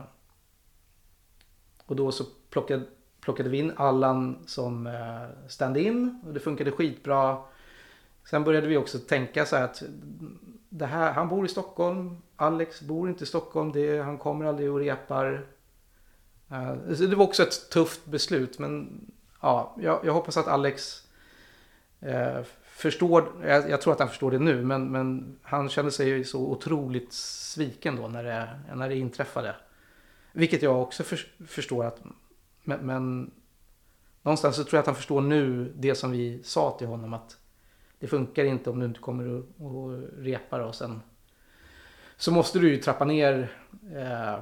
och då så plockade, plockade vi in Allan som uh, stand-in och det funkade skitbra. Sen började vi också tänka så här att det här, han bor i Stockholm, Alex bor inte i Stockholm, det, han kommer aldrig och repar. Uh, så det var också ett tufft beslut, men ja, jag, jag hoppas att Alex uh, förstår, jag, jag tror att han förstår det nu, men, men han kände sig så otroligt sviken då när det, när det inträffade. Vilket jag också för, förstår att, men, men någonstans så tror jag att han förstår nu det som vi sa till honom, att det funkar inte om du inte kommer och, och repar och sen så måste du ju trappa ner. Eh,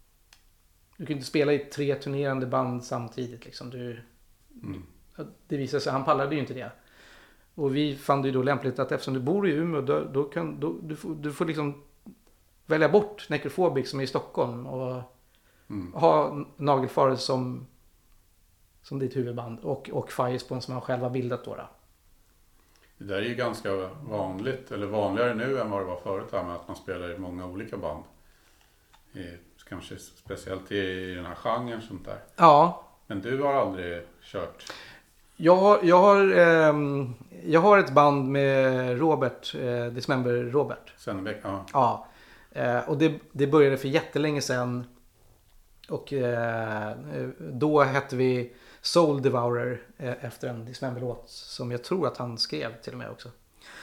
du kan inte spela i tre turnerande band samtidigt liksom. Du, Mm. det visade sig, han pallade ju inte det. Och vi fann det ju då lämpligt att eftersom du bor i Umeå då, då kan då, du, får, du får liksom välja bort Necrophobic som är i Stockholm och Mm. ha Nagelfar som som ditt huvudband och, och Firesport som han själv har bildat då, då. Det där är ju ganska vanligt, eller vanligare nu än vad det var förut här med att man spelar i många olika band. I, kanske speciellt i den här genren sånt där. Ja. Men du har aldrig kört? Jag har, jag har, eh, jag har ett band med Robert, eh, Dismember Robert. Sennebäck, ja. Ja. Eh, och det, det började för jättelänge sedan. Och eh, då hette vi Soul Devourer eh, efter en Dismember-låt som jag tror att han skrev till och med också.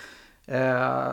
Eh,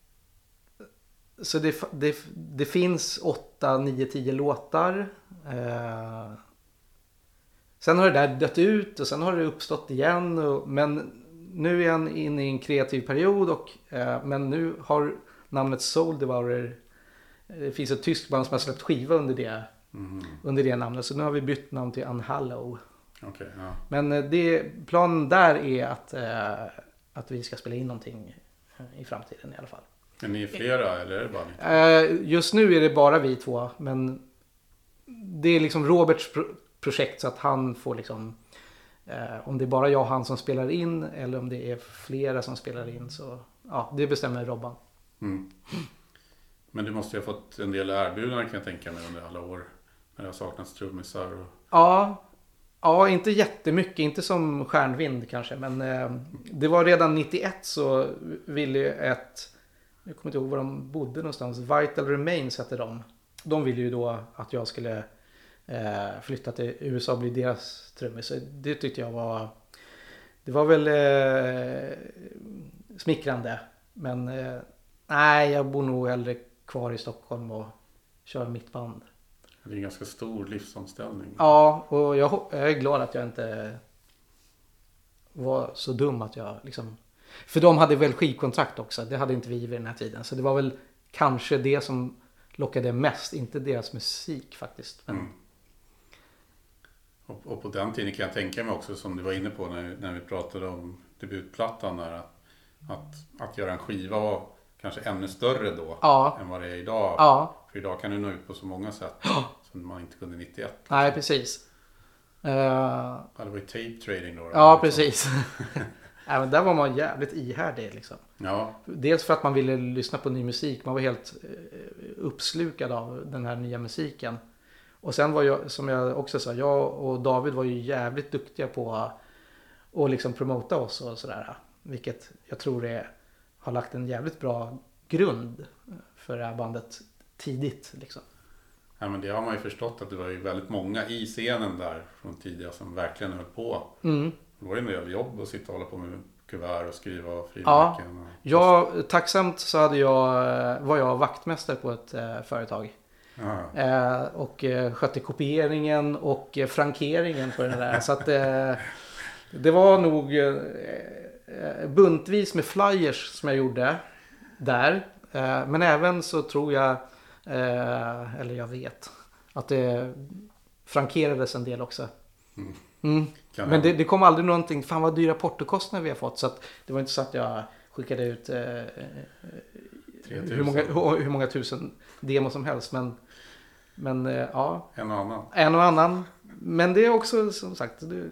så det, det, det finns åtta, nio, tio låtar. Eh, sen har det där dött ut och sen har det uppstått igen. Och, men nu är han inne i en kreativ period och eh, men nu har namnet Soul Devourer, det finns ett tyskt band som har släppt skiva under det. Mm. Under det namnet. Så nu har vi bytt namn till Unhallow. Okay, ja. Men det, planen där är att, eh, att vi ska spela in någonting i framtiden i alla fall. Men ni är flera eller är det bara ni? Eh, just nu är det bara vi två. Men det är liksom Roberts pro- projekt så att han får liksom eh, om det är bara jag och han som spelar in eller om det är flera som spelar in så ja, det bestämmer Robban. Mm. Men du måste ju ha fått en del erbjudanden kan jag tänka mig under alla år. När det har saknats trummisar och... Ja, ja, inte jättemycket, inte som Stjärnvind kanske, men eh, det var redan nittioett så ville ett, jag kommer inte ihåg var de bodde någonstans, Vital Remains hette de. De ville ju då att jag skulle eh, flytta till U S A och bli deras trummis. Så det tyckte jag var, det var väl eh, smickrande, men eh, nej, jag bor nog hellre kvar i Stockholm och kör mitt band. Det är en ganska stor livsomställning. Ja, och jag, jag är glad att jag inte var så dum att jag liksom... För de hade väl skivkontrakt också, det hade inte vi vid den här tiden. Så det var väl kanske det som lockade mest. Inte deras musik faktiskt. Men... Mm. Och, och på den tiden kan jag tänka mig också, som du var inne på när, när vi pratade om debutplattan där, att, att, att göra en skiva var kanske ännu större då ja. än vad det är idag. Ja. För idag kan du nå ut på så många sätt som man inte kunde nittioett. Nej, precis. Uh... Ja, det var ju tape trading då. Ja, liksom. precis. Ja, men där var man jävligt ihärdig liksom. Ja. Dels för att man ville lyssna på ny musik. Man var helt uppslukad av den här nya musiken. Och sen var jag, som jag också sa, jag och David var ju jävligt duktiga på att liksom promota oss och sådär. Vilket jag tror är, har lagt en jävligt bra grund för det här bandet tidigt liksom. Ja, men det har man ju förstått, att det var ju väldigt många i scenen där från tidigare som verkligen höll på. Mm. Det var ju en del jobb att sitta och hålla på med kuvert och skriva frimärken. Ja, och... ja, tacksamt så hade jag, var jag vaktmästare på ett eh, företag. Eh, och eh, skötte kopieringen och eh, frankeringen på den där. Så att eh, det var nog eh, buntvis med flyers som jag gjorde där. Eh, men även så tror jag, eh, eller jag vet, att det frankerades en del också. Mm. Mm. Men det, det kom aldrig någonting, fan vad dyra portokostnader vi har fått. Så att det var inte så att jag skickade ut eh, hur, många, hur många tusen demo som helst. Men Men ja. En och annan. En och annan. Men det är också som sagt. Du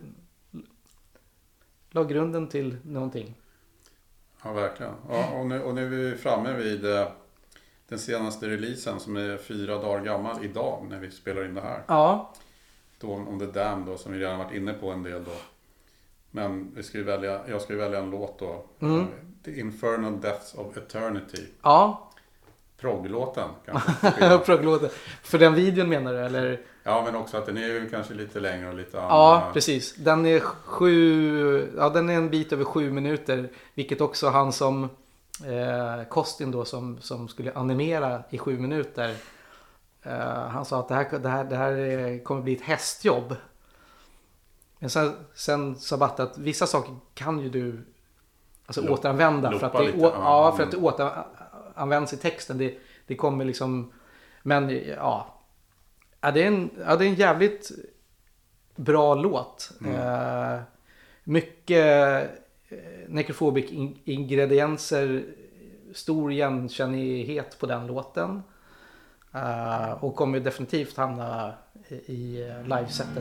la grunden till någonting. Ja, verkligen. Ja, och, nu, och nu är vi framme vid eh, den senaste releasen som är fyra dagar gammal idag när vi spelar in det här. Ja. Dawn on the Dam då, som vi redan varit inne på en del då. Men vi ska välja, jag ska välja en låt då. Mm. The Infernal Deaths of Eternity. Ja. Progglåten kanske. Progglåten. För den videon menar du eller? Ja, men också att den är ju kanske lite längre och lite annan. Ja, precis. Den är sju, ja den är en bit över sju minuter. Vilket också han som eh, Kostin då som, som skulle animera i sju minuter. Eh, han sa att det här, det här, det här kommer bli ett hästjobb. Men sen, sen sa Batte att vissa saker kan ju du alltså Lup, återanvända. För att, det, lite, å, ja, för mm. att det återanvänds i texten. Det, det kommer liksom... Men ja... Ja, det är en, ja, det är en jävligt bra låt. Mm. Eh, mycket eh, necrophobic in- ingredienser. Stor igenkännighet på den låten. Eh, och kommer definitivt hamna i, i livesetet.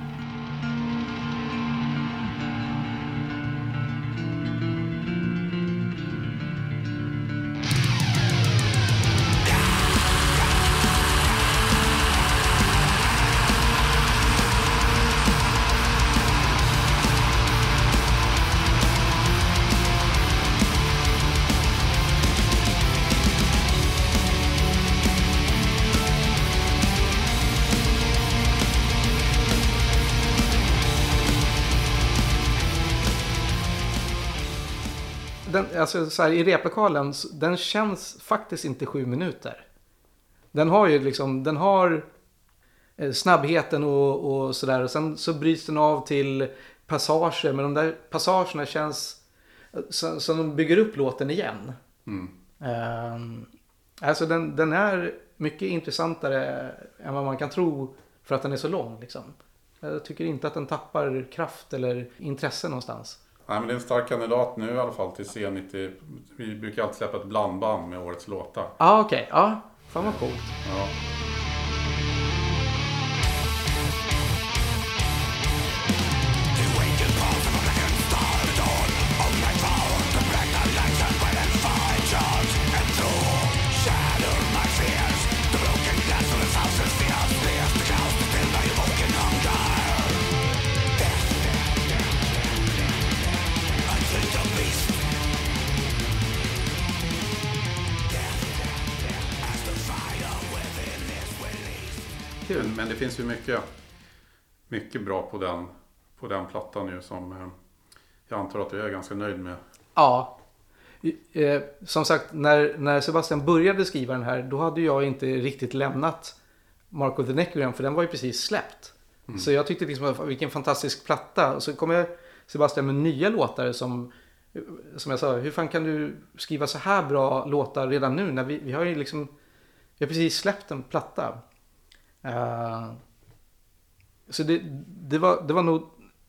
Den, alltså så här, i replokalen, den känns faktiskt inte sju minuter. Den har ju liksom, den har eh, snabbheten och, och sådär. Och sen så bryts den av till passager. Men de där passagerna känns som så de bygger upp låten igen. Mm. Um, alltså den, den är mycket intressantare än vad man kan tro för att den är så lång. Liksom. Jag tycker inte att den tappar kraft eller intresse någonstans. Nej, men det är en stark kandidat nu i alla fall till C nittio. Vi brukar alltid släppa ett blandband med årets låtar. Ja, ah, okej. Okay. Ja, fan vad coolt. Ja. Men, men det finns ju mycket, mycket bra på den, på den plattan nu som eh, jag antar att du är ganska nöjd med. Ja, eh, som sagt när, när Sebastian började skriva den här då hade jag inte riktigt lämnat Mark of the Necrogram för den var ju precis släppt. Mm. Så jag tyckte liksom vilken fantastisk platta. Och så kommer Sebastian med nya låtar som, som jag sa, hur fan kan du skriva så här bra låtar redan nu när vi, vi har ju liksom jag har precis släppt en platta. Uh, så det, det, var, det var nog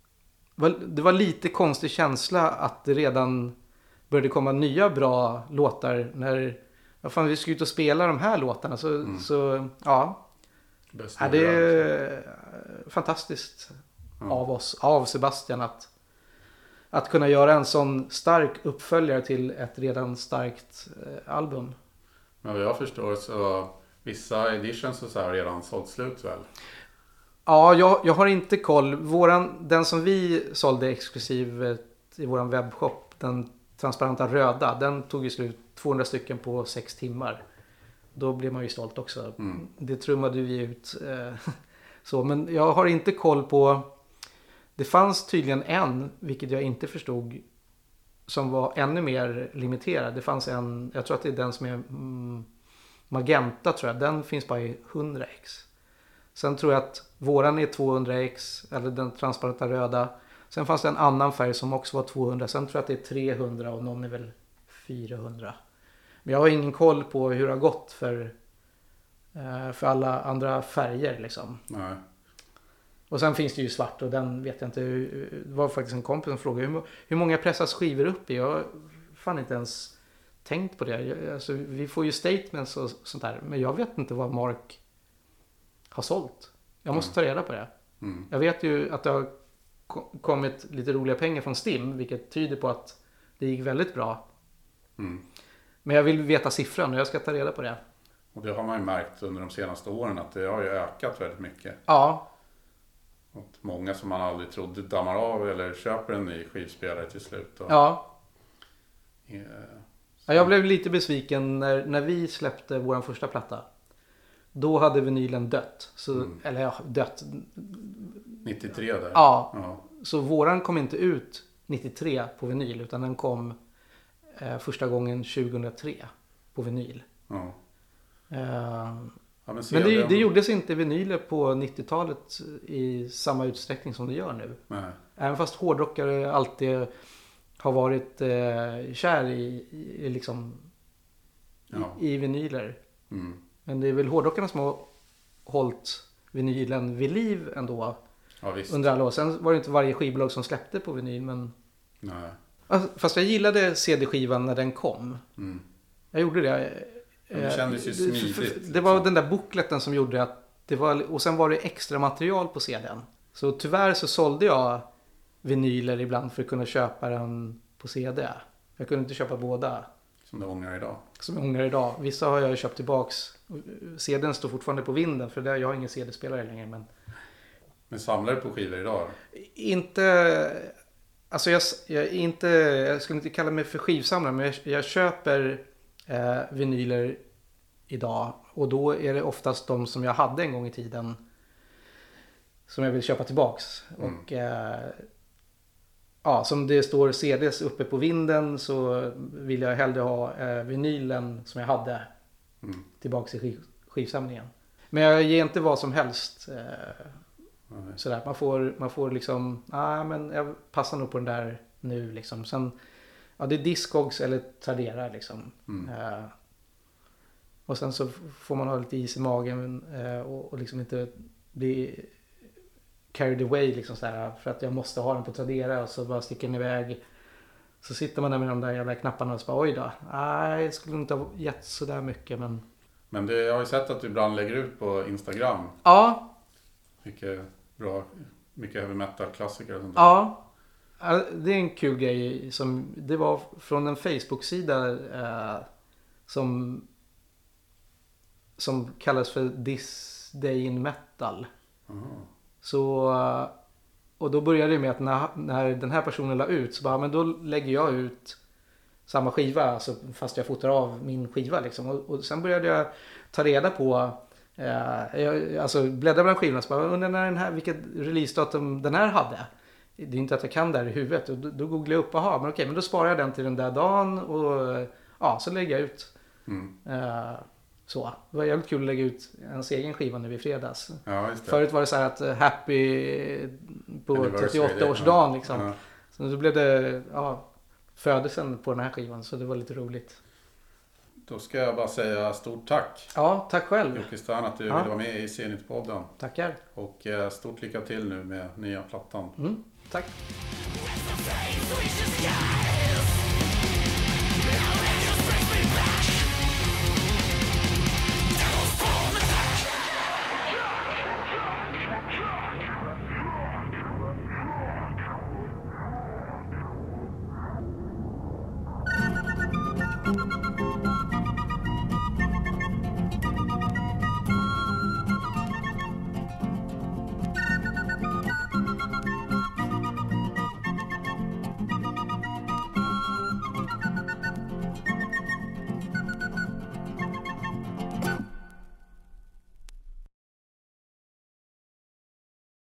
det var lite konstig känsla att det redan började komma nya bra låtar när vad fan, vi skulle ut och spela de här låtarna. Så, mm. så ja. ja det är fantastiskt mm. av oss, av Sebastian att, att kunna göra en sån stark uppföljare till ett redan starkt eh, album. Men vad jag förstår så vissa editions och så här har redan sålt slut väl? Ja, jag, jag har inte koll. Våran, den som vi sålde exklusivt i våran webbshop, den transparenta röda, den tog ju slut tvåhundra stycken på sex timmar. Då blev man ju stolt också. Mm. Det trummade vi ut. Eh, så, men jag har inte koll på... Det fanns tydligen en, vilket jag inte förstod, som var ännu mer limiterad. Det fanns en, jag tror att det är den som är mm, magenta tror jag. Den finns bara i hundra ex. Sen tror jag att våran är tvåhundra ex, eller den transparenta röda. Sen fanns det en annan färg som också var tvåhundra. Sen tror jag att det är trehundra och någon är väl fyrahundra. Men jag har ingen koll på hur det har gått för, för alla andra färger liksom. Nej. Och sen finns det ju svart och den vet jag inte. Det var faktiskt en kompis som frågade hur, hur många pressas skivor upp i. Jag har fan inte ens tänkt på det. Alltså, vi får ju statements och sånt där. Men jag vet inte vad Mark har sålt. Jag måste ta reda på det. Mm. Jag vet ju att det har kommit lite roliga pengar från Stim. Vilket tyder på att det gick väldigt bra. Mm. Men jag vill veta siffran och jag ska ta reda på det. Och det har man ju märkt under de senaste åren att det har ju ökat väldigt mycket. Ja. Och många som man aldrig trodde dammar av eller köper en ny skivspelare till slut. Och... Ja. Yeah. Ja. Jag blev lite besviken när, när vi släppte vår första platta. Då hade vinylen dött. Så, mm. Eller ja, dött. nittiotre där. Ja. ja. Så våran kom inte ut nittiotre på vinyl utan den kom eh, första gången tjugohundratre på vinyl. Ja. Eh, ja, men men det, det gjordes inte vinyler på nittiotalet i samma utsträckning som det gör nu. Nej. Även fast hårdrockare alltid har varit eh, kär i, i, liksom, ja. i, i vinyler. Mm. Men det är väl hårdrockarna som har hållit vinylen vid liv ändå. Ja, under alla år. Sen var det inte varje skivbolag som släppte på vinyl. Men... Nej. Alltså, fast jag gillade C D-skivan när den kom. Mm. Jag gjorde det. Ja, det kändes ju smidigt. Det, det var liksom. Den där bookletten som gjorde att det var... Och sen var det extra material på C D:n. Så tyvärr så sålde jag vinyler ibland för att kunna köpa den på C D. Jag kunde inte köpa båda. Som du ångrar idag. Som jag ångrar idag. Vissa har jag köpt tillbaks. C D:n står fortfarande på vinden. För det, jag har ingen C D-spelare längre. Men, men samlar du på skivor idag? Inte... Alltså jag, jag, inte, jag skulle inte kalla mig för skivsamlare. Men jag, jag köper eh, vinyler idag. Och då är det oftast de som jag hade en gång i tiden. Som jag vill köpa tillbaks. Mm. Och... Eh, Ja, som det står C D:s uppe på vinden så vill jag hellre ha eh, vinylen som jag hade mm. tillbaka i skiv, skivsamlingen. Men jag ger inte vad som helst. Eh, sådär. Man får, man får liksom, ah, men jag passar nog på den där nu liksom. Sen, ja, det är Discogs eller Tradera liksom. Mm. Eh, och sen så får man ha lite is i magen eh, och, och liksom inte bli... carried away liksom så här, för att jag måste ha den på Tradera och så bara sticker den iväg. Så sitter man där med de där jävla knapparna och så bara, oj då. Nej, jag skulle inte ha gett så där mycket, men... Men det, jag har ju sett att du ibland lägger ut på Instagram. Ja. Mycket bra, mycket heavy metal-klassiker och sånt där. Ja. Det är en kul grej som, det var från en Facebook-sida eh, som som kallas för This Day in Metal. Mm. Så, och då började det med att när, när den här personen la ut så bara, men då lägger jag ut samma skiva, alltså, fast jag fotar av min skiva liksom. Och, och sen började jag ta reda på, eh, jag, alltså bläddra bland skivorna, så bara, undrar när den här, vilket releasedatum den här hade. Det är inte att jag kan där i huvudet. Och då, då googlar jag upp, aha, men okej, men då sparar jag den till den där dagen och ja, så lägger jag ut. Mm. Eh, Så, det var jävligt kul att lägga ut en egen skiva nu i fredags. Ja, just det. Förut var det så här att happy på trettioåtta-årsdagen liksom. Ja. Så då blev det ja, födelsen på den här skivan, så det var lite roligt. Då ska jag bara säga stort tack. Ja, tack själv. Jocke Stern att du Ja. ville vara med i Zenit-podden. Tackar. Och eh, stort lycka till nu med nya plattan. Mm, tack. With the face we just got.